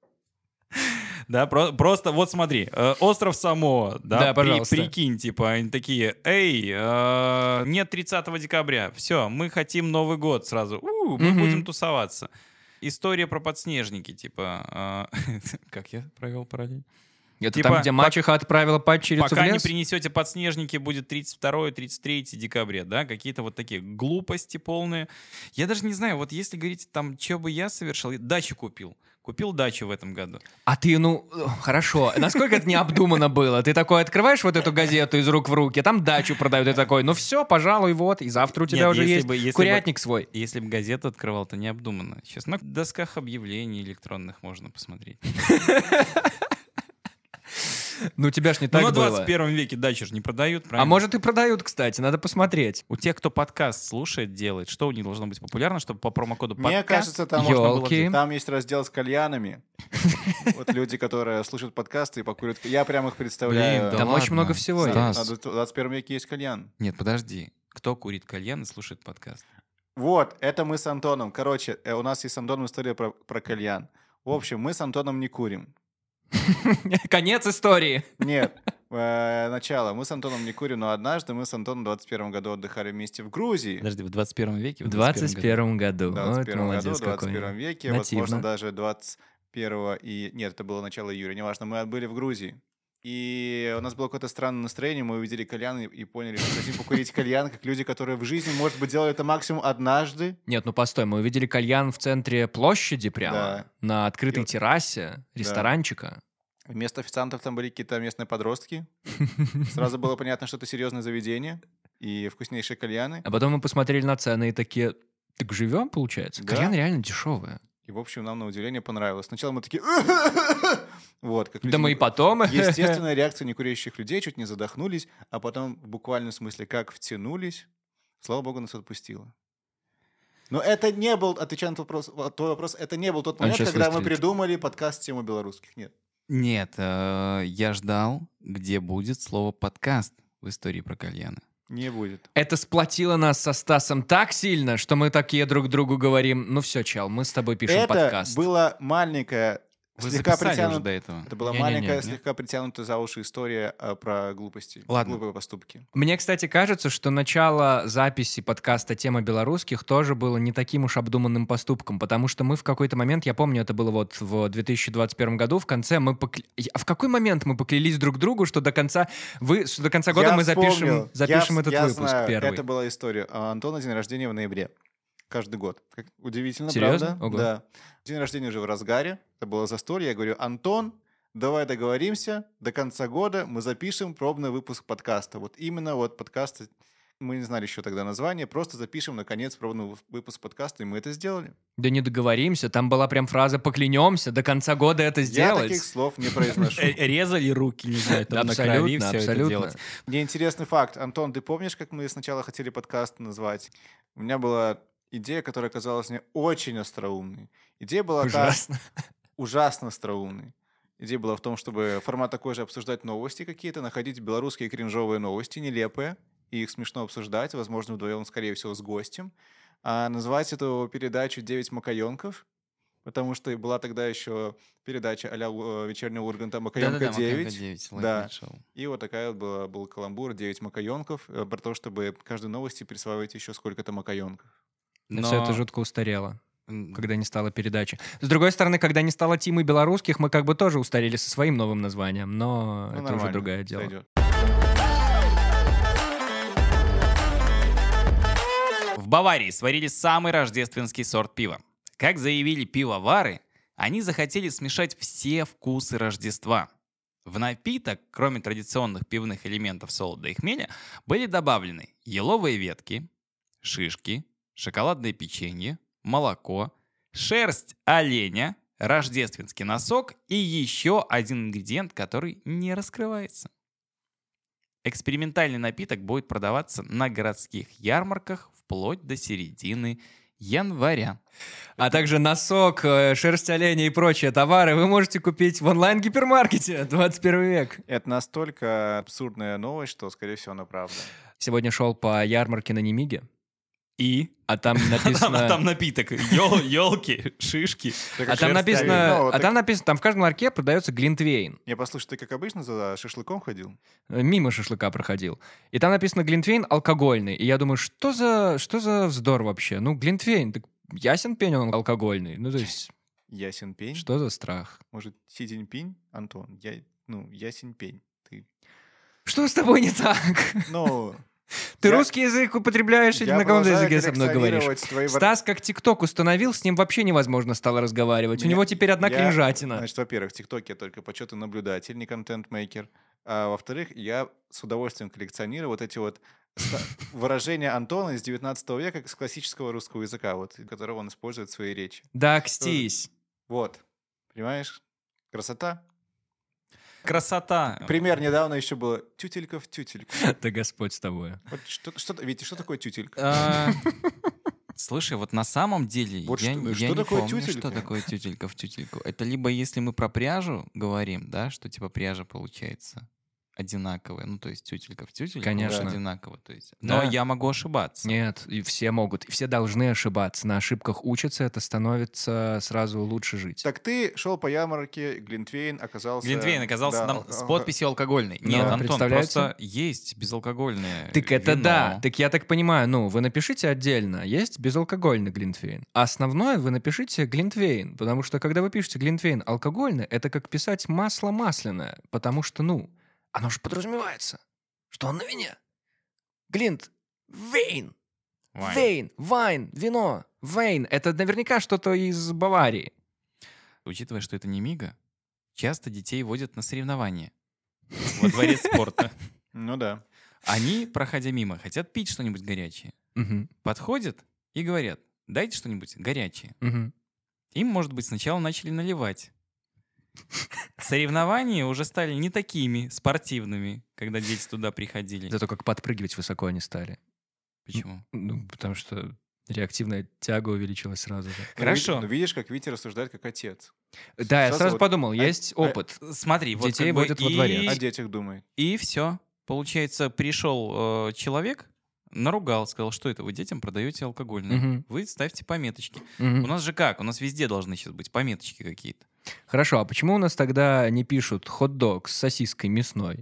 C: Да, про- просто вот смотри, э, остров Самоа, да,
A: Да,
C: при-
A: пожалуйста.
C: прикинь, типа, они такие, эй, э, нет тридцатого декабря, все, мы хотим Новый год сразу, У, мы
A: Мгм.
C: будем тусоваться. История про подснежники, типа, э, как я провел параллель?
A: Это
C: Типа,
A: там, где мачеха отправила падчерицу в
C: Пока не
A: лес?
C: принесете подснежники, будет тридцать второе тридцать третье декабря, да, какие-то вот такие глупости полные. Я даже не знаю, вот если говорить там, что бы я совершил, дачу купил. Купил дачу в этом году.
A: А ты, ну, хорошо. Насколько это необдуманно было? Ты такой открываешь вот эту газету из рук в руки, там дачу продают, и такой, ну все, пожалуй, вот, и завтра у тебя
C: Нет,
A: уже
C: если
A: есть
C: бы- если
A: курятник
C: бы-
A: свой.
C: Если бы газету открывал, то необдуманно. Сейчас на досках объявлений электронных можно посмотреть.
A: Ну, у тебя ж не
C: Ну,
A: так
C: на
A: было.
C: двадцать первом веке дачи же не продают,
A: А
C: правильно?
A: может и продают, кстати, надо посмотреть.
C: У тех, кто подкаст слушает, делает, что у них должно быть популярно, чтобы по промокоду
B: Мне
C: подкаст
B: кажется, там,
C: можно было
A: Ёлки.
C: взять?
B: там есть раздел с кальянами. Вот люди, которые слушают подкасты и покурят. Я прям их представляю.
C: Блин, да
A: Там
C: ладно.
A: очень много всего есть.
B: На
C: Стас.
B: двадцать первом веке есть кальян.
C: Нет, подожди. Кто курит кальян и слушает подкаст?
B: Вот, это мы с Антоном. Короче, э, у нас есть с Антоном история про, про кальян. В общем, мы с Антоном не курим.
A: Конец истории.
B: Нет, э, начало. Мы с Антоном не курим, но однажды мы с Антоном в двадцать первом году отдыхали вместе в Грузии.
C: Подожди, в двадцать первом веке?
A: В двадцать первом году.
B: В двадцать
A: Вот
B: первом году,
A: молодец
B: в двадцать
A: какой.
B: первом веке,
A: Нативно.
B: возможно, даже двадцать первого и... Нет, это было начало июля, неважно. Мы были в Грузии. И у нас было какое-то странное настроение, мы увидели кальян и, и поняли, что хотим покурить кальян, как люди, которые в жизни, может быть, делали это максимум однажды.
A: Нет, ну постой, мы увидели кальян в центре площади прямо,
B: Да.
A: на открытой
B: И-
A: террасе ресторанчика.
B: Вместо официантов там были какие-то местные подростки. Сразу было понятно, что это серьезное заведение и вкуснейшие кальяны.
A: А потом мы посмотрели на цены и такие, так живем, получается?
B: Да.
A: Кальян реально дешевый.
B: И, в общем, нам на удивление понравилось. Сначала мы такие... Вот, как
A: Да
B: люди
A: мы
B: не-
A: и потом...
B: Естественная реакция некурящих людей, чуть не задохнулись, а потом в буквальном смысле как втянулись, слава богу, нас отпустило. Но это не был, отвечая на твой вопрос, твой вопрос, это не был тот
A: Он
B: момент,
A: щас
B: когда мы
A: выстрелит.
B: придумали подкаст «Тему белорусских». Нет.
C: Нет, э, я ждал, где будет слово «подкаст» в истории про кальяны.
B: Не будет.
A: Это сплотило нас со Стасом так сильно, что мы такие друг другу говорим, ну все, чел, мы с тобой пишем
B: это
A: подкаст.
B: была маленькая,
C: Вы
B: слегка
C: записали уже
B: притянутая...
C: до этого?
B: Это была
C: Не-не-не,
B: маленькая,
C: нет?
B: слегка притянутая за уши история а, про глупости,
C: Ладно.
B: глупые поступки.
A: Мне, кстати, кажется, что начало записи подкаста «Тема белорусских» тоже было не таким уж обдуманным поступком, потому что мы в какой-то момент, я помню, это было вот в две тысячи двадцать первом году, в конце мы покля... А в какой момент мы поклялись друг другу, что до конца, вы... что до конца года
B: Я
A: мы запишем,
B: вспомнил.
A: запишем
B: Я-
A: этот
B: я
A: выпуск
B: знаю,
A: первый?
B: Это была история. А Антона день рождения в ноябре. Каждый год. Как удивительно,
A: Серьезно?
B: правда?
A: Ого.
B: Да. День рождения уже в разгаре. Это было застолье. Я говорю, Антон, давай договоримся. До конца года мы запишем пробный выпуск подкаста. Вот именно вот подкаста. Мы не знали еще тогда название. Просто запишем, наконец, пробный вы- выпуск подкаста. И мы это сделали.
A: Да не договоримся, там была прям фраза «поклянемся до конца года это
B: Я
A: сделать».
B: таких слов не произношу.
C: Э, Резали руки, не знаю, там на крови
A: Абсолютно,
C: все это
A: абсолютно.
C: делать.
B: Мне интересный факт. Антон, ты помнишь, как мы сначала хотели подкаст назвать? У меня была идея, которая казалась мне очень остроумной. Идея была та-
A: Ужасно.
B: ужасно остроумной. Идея была в том, чтобы формат такой же обсуждать новости какие-то, находить белорусские кринжовые новости, нелепые, и их смешно обсуждать, возможно, вдвоем, скорее всего, с гостем. А назвать эту передачу «Девять макаёнков», потому что была тогда еще передача а-ля э, «Вечернего Урганта» «Макаёнка
C: Да-да-да,
B: девять».
C: Макаёнка девять,
B: Да.
C: лайф-найт шоу.
B: И вот такая вот была, был каламбур «Девять макаёнков», э, про то, чтобы каждой новости присваивать еще сколько-то макаёнков.
A: Но
C: Но-
A: все это жутко устарело,
C: М,
A: когда не стало передачи. С другой стороны, когда не стало Тимы белорусских, мы как бы тоже устарели со своим новым названием, но
B: Ну,
A: это уже
B: нормально,
A: другое дело.
B: сойдет.
C: В Баварии сварили самый рождественский сорт пива. Как заявили пивовары, они захотели смешать все вкусы Рождества. В напиток, кроме традиционных пивных элементов солода и хмеля, были добавлены еловые ветки, шишки, шоколадное печенье, молоко, шерсть оленя, рождественский носок и еще один ингредиент, который не раскрывается. Экспериментальный напиток будет продаваться на городских ярмарках вплоть до середины января.
A: А также носок, э, шерсть оленя и прочие товары вы можете купить в онлайн-гипермаркете. двадцать первый век.
B: Это настолько абсурдная новость, что, скорее всего, она правда.
A: Сегодня шел по ярмарке на Немиге,
C: И?
A: а там
C: Там,
A: написано...
C: там напиток. Елки, шишки.
B: Так
A: А
B: как
A: там
B: шерсть
A: написано,
B: оленя. Ну,
A: а
B: так-
A: там написано, там в каждом ларьке продается глинтвейн.
B: Я послушай, ты как обычно за шашлыком ходил?
A: Э, Мимо шашлыка проходил. И там написано глинтвейн алкогольный. И я думаю, что за, что за вздор вообще? Ну, глинтвейн, так ясен пень он алкогольный. Ну, то есть,
B: Ясен пень?
A: что за страх?
B: Может, Си Цзиньпинь? Антон, я, ну, ясен пень. Ты,
A: Что с тобой не так?
B: ну,
A: Ты
B: Я-
A: русский язык употребляешь или
B: Я
A: на каком
B: продолжаю
A: языке со мной говоришь?
B: коллекционировать твои вор-
A: Стас как ТикТок установил, с ним вообще невозможно стало разговаривать. У
B: Меня-
A: него теперь одна
B: я,
A: кринжатина.
B: Значит, во-первых, в ТикТоке я только почетный наблюдатель, не контент-мейкер. А во-вторых, я с удовольствием коллекционирую вот эти вот ста- выражения Антона из девятнадцатого века с классического русского языка, вот, которого он использует в своей речи.
A: Да, кстись.
B: Вот. Понимаешь? Красота.
C: Красота.
B: Пример недавно еще было тютелька в тютельку.
A: Да Господь с тобой.
B: Вот что, что, Витя, что такое тютелька?
C: А, Слушай, вот на самом деле
B: Вот
C: я,
B: что-
C: я
B: что
C: не
B: такое
C: помню,
B: тютелька?
C: что такое тютелька в тютельку. Это либо если мы про пряжу говорим, да, что типа пряжа получается одинаковая, ну то есть тютелька в тютельку
A: Конечно.
C: одинаково, то есть. Но
A: Да.
C: я могу ошибаться.
A: Нет, и все могут, и все должны ошибаться. На ошибках учатся, это становится сразу лучше жить.
B: Так ты шел по ярмарке, Глинтвейн оказался...
C: Глинтвейн оказался
B: да,
C: там
B: алко-
C: с
B: алко-
C: подписью алкогольный.
A: Да,
C: Нет, Антон,
A: представляете?
C: просто есть безалкогольное
A: Так это
C: вино.
A: да. Так я так понимаю, ну, вы напишите отдельно, есть безалкогольный глинтвейн. А основное вы напишите глинтвейн, потому что когда вы пишете глинтвейн алкогольный, это как писать масло масляное, потому что, ну, оно же подразумевается, что он на вине. Глинт, вейн,
C: Вайн.
A: вейн, вайн, вино, вейн. Это наверняка что-то из Баварии.
C: Учитывая, что это не Мига, часто детей водят на соревнования во дворец спорта.
B: Ну да.
C: Они, проходя мимо, хотят пить что-нибудь горячее.
A: Мгм,
C: Подходят и говорят, дайте что-нибудь горячее.
A: мгм.
C: Им, может быть, сначала начали наливать. Соревнования уже стали не такими спортивными, когда дети туда приходили.
A: Зато как подпрыгивать высоко они стали.
C: Почему?
A: Ну, потому что реактивная тяга увеличилась сразу же.
B: Ну,
C: Хорошо.
B: ви- ну, видишь, как Витя рассуждает как отец.
A: Да, я
B: Сразу
A: сразу
B: вот-
A: подумал,
B: а-
A: есть
B: а-
A: опыт.
C: Смотри, вот
A: Детей
C: как бы
A: водят во
C: и-
A: дворец.
B: О детях думает.
C: И все. Получается, пришел э, человек, наругал, сказал, что это вы детям продаете алкогольное.
A: Мгм,
C: Вы ставьте пометочки.
A: мгм.
C: У нас же как? У нас везде должны сейчас быть пометочки какие-то.
A: Хорошо, а почему у нас тогда не пишут хот-дог с сосиской мясной?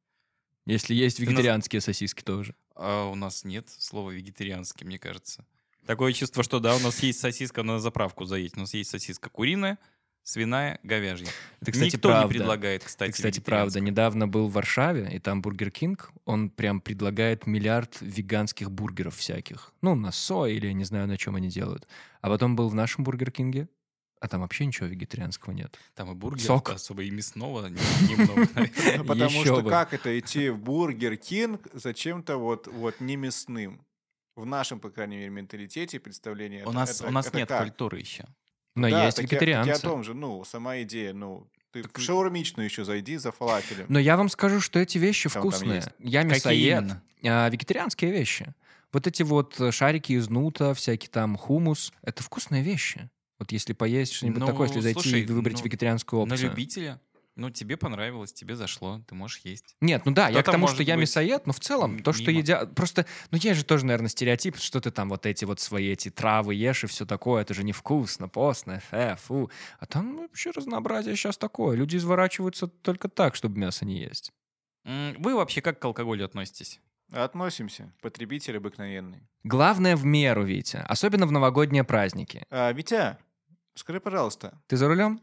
A: Если есть
C: Ты наз-
A: вегетарианские сосиски тоже.
C: А у нас нет слова вегетарианский, мне кажется. Такое чувство, что да, у нас есть сосиска на заправку заедь. У нас есть сосиска куриная, свиная, говяжья.
A: Это, кстати,
C: Никто
A: правда.
C: не предлагает, кстати,
A: Это, кстати, правда.
C: вегетарианскую.
A: Недавно был в Варшаве, и там Бургер Кинг, он прям предлагает миллиард веганских бургеров всяких. Ну, на сое или я не знаю, на чем они делают. А потом был в нашем Бургер Кинге, а там вообще ничего вегетарианского нет.
C: Там и бургер
A: Сок.
C: особо, и мясного не- немного, наверное.
B: Ну, потому
A: Еще
B: что
A: бы.
B: как это идти в Бургер Кинг зачем-то вот, вот не мясным? В нашем, по крайней мере, менталитете и представлении.
C: У
B: это-
C: нас
B: это-
C: у нас
B: это
C: нет
B: как?
C: культуры еще.
A: Но
B: Да,
A: есть
B: так я-
A: вегетарианцы.
B: так я о том же, ну, сама идея, ну, ты в шаурмичную еще зайди за фалафелем.
A: Но я вам скажу, что эти вещи
B: Там- там
A: вкусные.
B: есть.
A: Я
C: Какие
A: мясоед.
C: именно?
A: А, вегетарианские вещи. Вот эти вот э, шарики из нута, всякий там хумус, это вкусные вещи. Вот если поесть что-нибудь
C: Ну,
A: такое, если зайти
C: слушай,
A: и выбрать
C: ну,
A: вегетарианскую
C: На
A: опцию.
C: любителя. Ну, тебе понравилось, тебе зашло, ты можешь есть.
A: Нет, ну да, я к
C: Кто-то
A: тому,
C: может
A: что я
C: быть
A: мясоед, но в целом то, что
C: мимо.
A: едят... Просто, ну есть же тоже, наверное, стереотип, что ты там вот эти вот свои эти травы ешь и все такое, это же невкусно, постно, фе, фу. А там ну, вообще разнообразие сейчас такое. Люди изворачиваются только так, чтобы мясо не есть.
C: М, Вы вообще как к алкоголю относитесь?
B: Относимся. Потребитель обыкновенный.
A: Главное в меру, Витя, особенно в новогодние праздники.
B: А, Витя, скажи, пожалуйста,
A: Ты за рулем?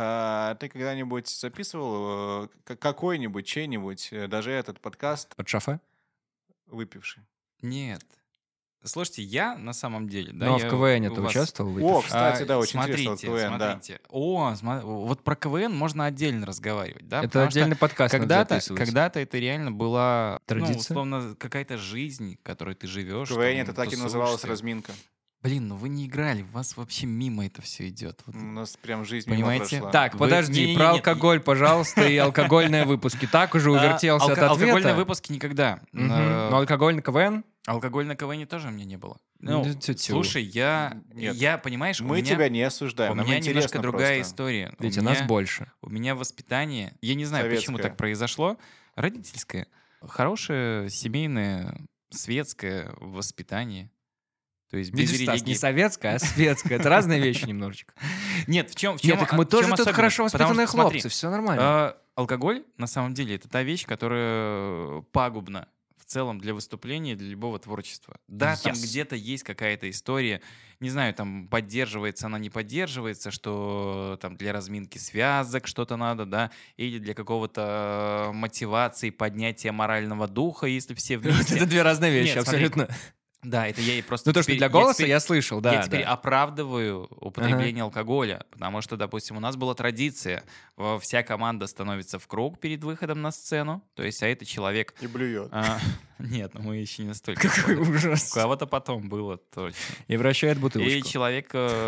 B: а ты когда-нибудь записывал э, к- какой-нибудь, чей-нибудь, э, даже этот подкаст
A: Под шофе?
B: выпивший?
C: Нет. Слушайте, я на самом деле... Да,
A: Ну, а в
C: я
A: КВН
C: у
A: ты
C: вас-
A: участвовал?
B: О,
A: выпивший?
B: кстати,
C: А,
B: да, очень
C: смотрите,
B: интересно, вот КВН, да.
C: смотрите. О, сма- вот про КВН можно отдельно разговаривать, да?
A: Это
C: потому что
A: отдельный подкаст надо
C: Когда-то,
A: записывать.
C: когда-то это реально была,
A: Традиция?
C: ну, условно, какая-то жизнь, которой ты живешь.
B: В КВН
C: там,
B: это так и
C: тусуешься.
B: называлось разминка.
C: Блин, ну вы не играли, у вас вообще мимо это все идет. Вот.
B: У нас прям жизнь мимо
C: Понимаете?
B: прошла.
A: Так,
C: Вы-
A: подожди,
C: не-не-не,
A: про
C: нет,
A: алкоголь, пожалуйста, и алкогольные выпуски. Так уже увертелся
C: А,
A: от
C: алко- Алкогольные
A: ответа.
C: выпуски никогда.
A: Мгм.
C: Э,
A: Но алкогольный КВН?
C: Алкоголь на КВН тоже у меня не было. Ну,
A: Да тю-тю.
C: слушай, я,
B: Нет.
C: я, понимаешь, у
B: Мы
C: меня,
B: тебя не
C: у
B: осуждаем, нам
C: меня немножко
B: интересно
C: другая
B: просто.
C: история. У
A: Видите,
C: меня-
A: нас больше.
C: У меня воспитание, я не знаю, почему
B: Советское.
C: так произошло, родительское, хорошее семейное, светское воспитание. То есть без
A: Видишь, Стас,
C: религии.
A: не советская, а светская. Это разные вещи немножечко.
C: Нет, в чем, в чем
A: Нет, так
C: а-
A: мы
C: в чем
A: тоже тут
C: особенность?
A: хорошо
C: Потому
A: воспитанные
C: что, смотри,
A: хлопцы, все нормально.
C: а, алкоголь, на самом деле, это та вещь, которая пагубна в целом для выступления, для любого творчества. Да, там
A: Yes.
C: где-то есть какая-то история, не знаю, там поддерживается она, не поддерживается, что там для разминки связок что-то надо, да, или для какого-то мотивации, поднятия морального духа, если все вместе.
A: Это две разные вещи,
C: Нет, смотри,
A: абсолютно.
C: Да, это я и просто...
A: Ну, то, что
C: теперь-
A: для голоса
C: теперь-
A: я слышал, да.
C: я теперь
A: да.
C: оправдываю употребление алкоголя, потому что, допустим, у нас была традиция, во- вся команда становится в круг перед выходом на сцену, то есть, а это человек...
B: И блюет.
C: а, Нет, ну мы еще не настолько.
A: Какой
C: У
A: ужас.
C: кого-то потом было точно.
A: И вращает
C: И
A: бутылочку.
C: человек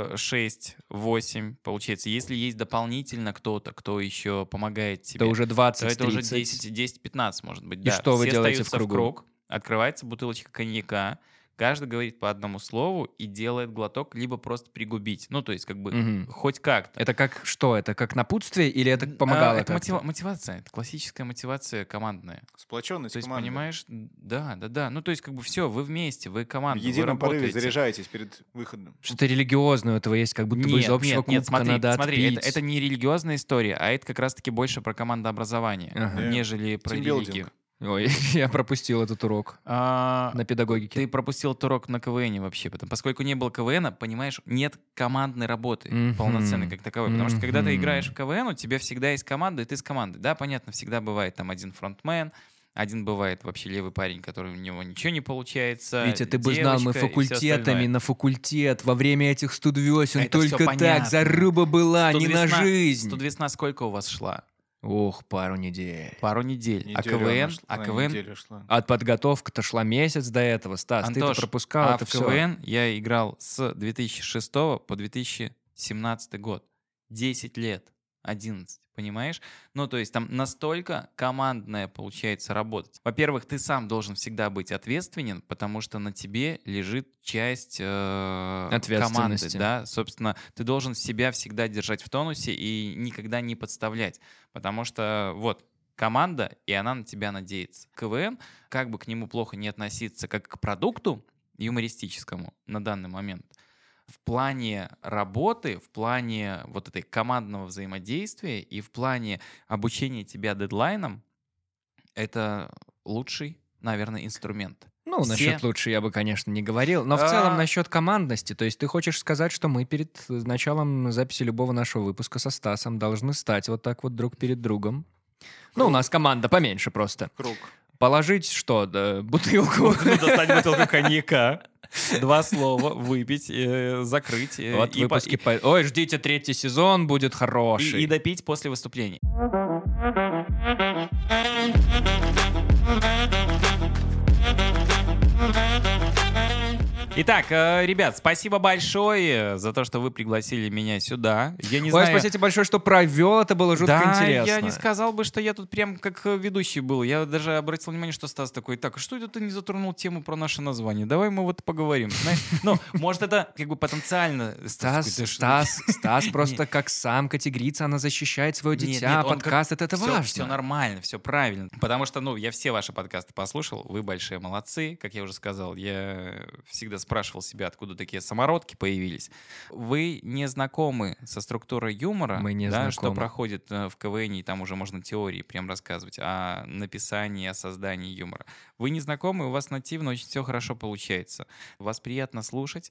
C: шесть-восемь, получается. Если есть дополнительно кто-то, кто еще помогает тебе,
A: Это уже
C: то
A: двадцать
C: это уже
A: тридцать.
C: десять-пятнадцать, может быть.
A: И
C: Да.
A: что вы
C: Все
A: делаете в
C: остаются
A: кругу?
C: круг, открывается бутылочка коньяка, каждый говорит по одному слову и делает глоток, либо просто пригубить. Ну, то есть, как бы,
A: Мгм.
C: хоть как-то.
A: Это как что? Это как напутствие или это
C: А,
A: помогало
C: это
A: как-то?
C: мотива- мотивация, это классическая мотивация командная.
B: Сплоченность
C: То есть,
B: команды.
C: понимаешь, да, да, да. Ну, то есть, как бы все, вы вместе, вы
B: В
C: команда, вы
B: едином порыве
C: работаете.
B: заряжаетесь перед выходом.
A: Что-то религиозное у этого есть, как будто бы из
C: Нет,
A: общего
C: нет, нет,
A: кубка
C: смотри,
A: надо
C: смотри, это,
A: отпить.
C: это не религиозная история, а это как раз-таки больше про командообразование,
A: Ага.
B: Да.
C: нежели про
B: Тимбилдинг.
C: религию.
A: Ой, я пропустил этот урок
C: А,
A: на педагогике.
C: Ты пропустил этот урок на КВН вообще, потому, поскольку не было КВН, понимаешь, нет командной работы
A: Мгм.
C: полноценной как таковой. Потому что когда ты
A: Мгм.
C: играешь в КВН, у тебя всегда есть команда, и ты с командой. Да, понятно, всегда бывает там один фронтмен, один бывает вообще левый парень, который у него ничего не получается.
A: Витя, ты бы знал, мы
C: девочка и всё
A: факультетами
C: остальное.
A: на факультет во время этих студвесен
C: Это всё
A: только так,
C: понятно.
A: заруба была, не на
C: Студвесна-
A: жизнь.
C: Студвесна сколько у вас шла?
A: Ох, пару недель.
C: Пару недель. А
B: Неделю она
C: КВН?
B: шла-
C: А
B: она
C: КВН?
B: неделю шла.
A: От подготовка-то шла месяц до этого, Стас. Ты-то
C: Антош,
A: пропускал
C: а
A: это
C: в
A: все.
C: КВН я играл с две тысячи шестого по две тысячи семнадцатый год. десять лет. одиннадцать, понимаешь? Ну, то есть там настолько командная получается работать. Во-первых, ты сам должен всегда быть ответственен, потому что на тебе лежит часть э, команды.
A: Ответственности.
C: Да? Собственно, ты должен себя всегда держать в тонусе и никогда не подставлять. Потому что вот команда, и она на тебя надеется. КВН, как бы к нему плохо не относиться, как к продукту юмористическому на данный момент, в плане работы, в плане вот этой командного взаимодействия и в плане обучения тебя дедлайнам, это лучший, наверное, инструмент.
A: Ну,
C: Все-
A: насчет лучше я бы, конечно, не говорил. Но в
C: А.
A: целом насчет командности. То есть ты хочешь сказать, что мы перед началом записи любого нашего выпуска со Стасом должны стать вот так вот друг перед другом. Ну, у нас команда поменьше просто.
B: Круг.
A: Положить что? Да, бутылку.
C: Ну, достать бутылку коньяка, два слова, выпить, э, закрыть. э,
A: Вот
C: и, по-
A: выпуски. по- Ой, ждите, третий сезон будет
C: и-
A: хороший.
C: и допить после выступления. Итак, э, ребят, спасибо большое за то, что вы пригласили меня сюда. Я не
A: Ой,
C: знаю...
A: спасибо большое, что провел, это было жутко
C: да,
A: интересно.
C: я не сказал бы, что я тут прям как э, ведущий был. Я даже обратил внимание, что Стас такой, так, а что это ты не затронул тему про наше название? Давай мы вот поговорим. Знаешь, ну, может, это как бы потенциально...
A: Стас,
C: такой, да что-
A: Стас, Стас просто как самка тигрица, она защищает свое
C: Нет,
A: дитя,
C: нет, он
A: подкаст, это, это
C: все,
A: важно.
C: Все нормально, все правильно. Потому что, ну, я все ваши подкасты послушал, вы большие молодцы, как я уже сказал. Я всегда спрашивал себя, откуда такие самородки появились. Вы не знакомы со структурой юмора,
A: Мы не
C: да, что
A: знакомы.
C: проходит э, в КВН, и там уже можно теории прям рассказывать о написании, о создании юмора. Вы не знакомы, у вас нативно очень все хорошо получается. Вас приятно слушать,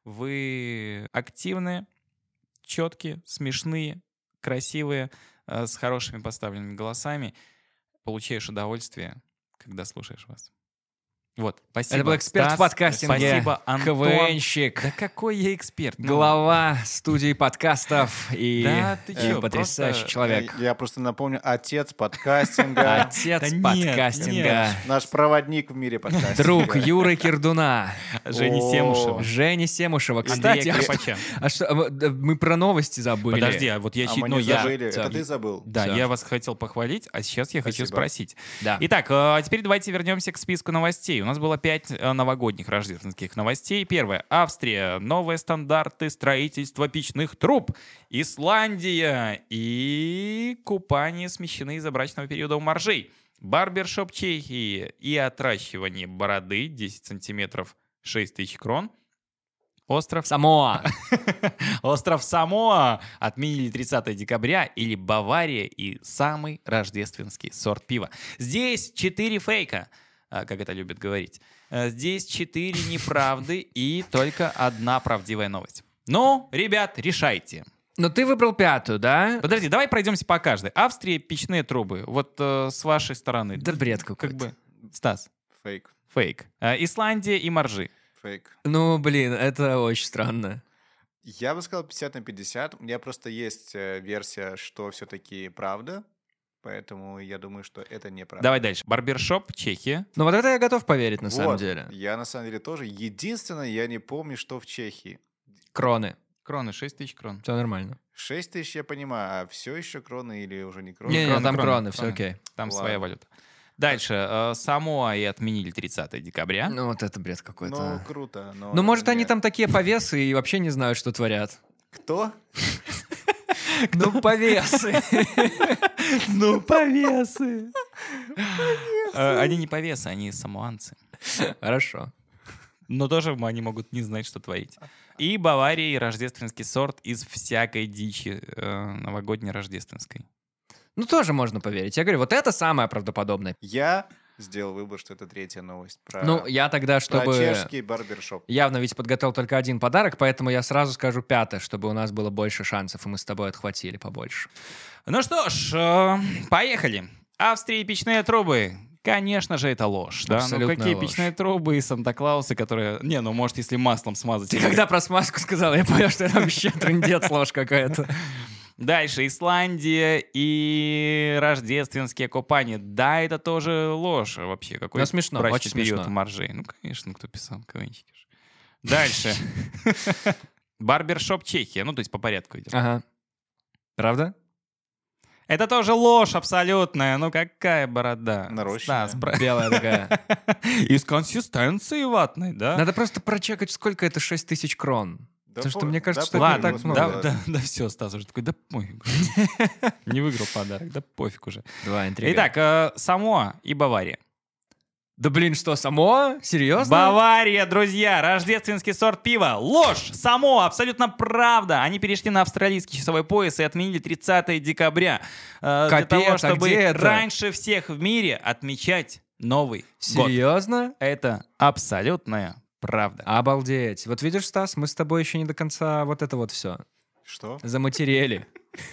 C: вы активные, четкие, смешные, красивые, э, с хорошими поставленными голосами. Получаешь удовольствие, когда слушаешь вас. Вот, спасибо.
A: Это был эксперт
C: Стас,
A: в подкастинге,
C: Спасибо, Антон.
A: КВНщик,
C: Да какой я эксперт? ну.
A: глава студии подкастов и
C: Да ты
A: э,
C: чё,
A: потрясающий
C: просто,
A: человек.
B: Я, я просто напомню, отец подкастинга,
A: Отец
C: Да нет,
A: подкастинга,
C: нет.
B: наш проводник в мире подкастинга.
A: друг Юры Кирдуна,
C: Женя
B: О.
C: Семушева.
A: Жени Семушева. Кстати,
C: Андрея
A: а,
C: Карпача.
A: а что, а, да, мы про новости забыли.
C: Подожди, а вот я...
B: А
C: щи-
B: мы
C: ну,
B: не
C: я-
B: забыли.
A: всё.
B: Это ты забыл?
C: Да,
A: Всё.
C: я вас хотел похвалить, а сейчас я хочу
B: Спасибо.
C: спросить.
A: Да.
C: Итак, э, теперь давайте вернемся к списку новостей. У нас было пять э, новогодних рождественских новостей. Первое. Австрия. Новые стандарты строительства печных труб. Исландия. И купание смещены из-за брачного периода у моржей. Барбершоп Чехии. И отращивание бороды десять сантиметров шесть тысяч крон. Остров
A: Самоа.
C: Остров Самоа отменили тридцатого декабря, или Бавария и самый рождественский сорт пива. Здесь четыре фейка. как это любят говорить. Здесь четыре неправды и только одна правдивая новость. Ну, ребят, решайте.
A: Но ты выбрал пятую, да?
C: Подожди, давай пройдемся по каждой. Австрия, печные трубы. Вот э, с вашей стороны.
A: Да бред
C: Как
A: какой-то.
C: бы, Стас,
B: Фейк.
C: фейк. Э, Исландия и моржи.
B: Фейк.
A: Ну, блин, это очень странно.
B: Я бы сказал пятьдесят на пятьдесят. У меня просто есть э, версия, что все-таки правда. Поэтому я думаю, что это неправда.
C: Давай дальше. Барбершоп, Чехия.
A: Ну вот это я готов поверить, на
B: Вот.
A: самом деле.
B: Я на самом деле тоже. Единственное, я не помню, что в Чехии.
A: Кроны.
C: Кроны, шесть тысяч крон.
A: Все нормально.
B: шесть тысяч я понимаю, а все еще кроны или уже не кроны?
A: Не-не,
C: кроны,
A: там
C: кроны,
A: кроны, все
C: кроны.
A: окей.
C: Там
B: Ладно.
C: своя валюта. Дальше. э, Самоа и отменили тридцатого декабря.
A: Ну вот это бред
B: Ну,
A: какой-то.
B: круто. Но
A: Ну, может, они
B: нет.
A: там такие повесы и вообще не знают, что творят.
B: Кто?
A: Ну, повесы.
C: Ну, повесы. Э, Они не повесы, они самоанцы.
A: Хорошо.
C: Но тоже они могут не знать, что творить. И Бавария, и рождественский сорт из всякой дичи э, новогодней рождественской.
A: Ну, тоже можно поверить. Я говорю, вот это самое правдоподобное.
B: Я сделал выбор, что это третья новость. Про,
A: Ну, я тогда,
B: про
A: чтобы...
B: чешский барбершоп.
A: Явно ведь подготовил только один подарок, поэтому я сразу скажу пятое, чтобы у нас было больше шансов, и мы с тобой отхватили побольше.
C: Ну что ж, э, поехали. Австрия и печные трубы. Конечно же, это ложь. Да? Ну
A: Абсолютная
C: какие
A: ложь.
C: печные трубы и Санта-Клаусы, которые... Не, ну может, если маслом смазать.
A: Ты когда про смазку сказал, я понял, что это вообще трындец, ложь какая-то.
C: Дальше. Исландия и рождественские купания. Да, это тоже ложь вообще. Какой
A: Ну, смешно,
C: брачный
A: очень
C: период
A: смешно.
C: у моржей. Ну, конечно, кто писал КВНчики же. Дальше. Барбершоп Чехия. Ну, то есть по порядку идет.
A: Ага. Правда?
C: Это тоже ложь абсолютная. Ну, какая борода.
B: Нарощенная.
C: Стас, про-
A: Белая такая.
C: И с консистенцией ватной, да?
A: Надо просто прочекать, сколько это шесть тысяч крон.
B: Да
A: Потому что
B: по-
A: мне кажется,
B: да
A: что
B: пофиг,
A: это не
C: Ладно,
A: так
B: Господи,
A: много.
C: да, да, да, все, Стас уже такой, да пофиг. Не выиграл подарок, да пофиг уже.
A: Два интрига.
C: Итак, э, Самоа и Бавария.
A: Да блин, что, само? Серьезно?
C: Бавария, друзья, рождественский сорт пива. Ложь! Самоа, абсолютно правда. Они перешли на австралийский часовой пояс и отменили тридцатого декабря. э, Для
A: Капец,
C: того,
A: а
C: чтобы
A: где это?
C: раньше всех в мире отмечать Новый год.
A: Серьезно?
C: Это абсолютная правда.
A: Обалдеть. Вот видишь, Стас, мы с тобой еще не до конца вот это вот все
B: Что?
A: заматерели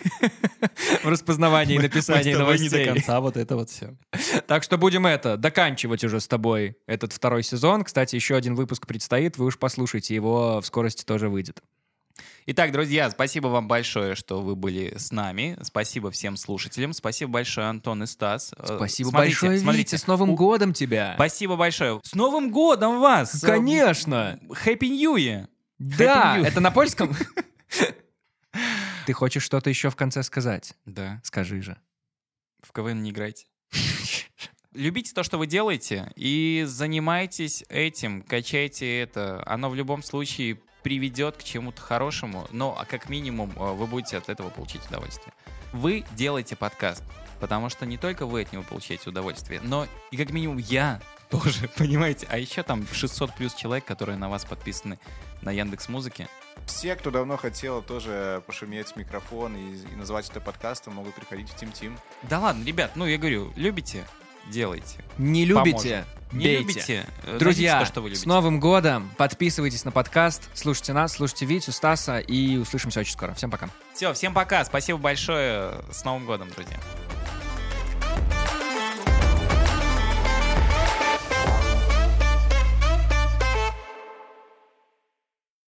A: в распознавании и написании новостей.
C: вот это вот все.
A: Так что будем это, доканчивать уже с тобой этот второй сезон. Кстати, еще один выпуск предстоит, вы уж послушайте, его в скорости тоже выйдет.
C: Итак, друзья, спасибо вам большое, что вы были с нами. Спасибо всем слушателям. Спасибо большое, Антон и Стас. Э,
A: Спасибо
C: смотрите,
A: большое,
C: смотрите.
A: Витя, с Новым
C: У-
A: годом тебя!
C: Спасибо большое. С Новым годом вас!
A: Конечно!
C: Хэппи Нью Year!
A: Да,
C: Happy New-
A: это на польском? Ты хочешь что-то еще в конце сказать?
C: Да.
A: Скажи же.
C: В КВН не играйте. Любите то, что вы делаете, и занимайтесь этим, качайте это. Оно в любом случае приведет к чему-то хорошему, но а как минимум э, вы будете от этого получить удовольствие. Вы делаете подкаст, потому что не только вы от него получаете удовольствие, но и как минимум я тоже, понимаете? А еще там шестьсот плюс человек, которые на вас подписаны на Яндекс.Музыке.
B: Все, кто давно хотел тоже пошуметь в микрофон и, и назвать это подкастом, могут приходить в Тим Тим.
C: Да ладно, ребят, ну я говорю, любите, делайте.
A: Не любите,
C: Не
A: бейте.
C: любите, э,
A: Друзья,
C: найдите то, что вы любите.
A: с Новым годом! Подписывайтесь на подкаст, слушайте нас, слушайте Витю, Стаса, и услышимся очень скоро. Всем пока.
C: Все, всем пока, спасибо большое, с Новым годом, друзья.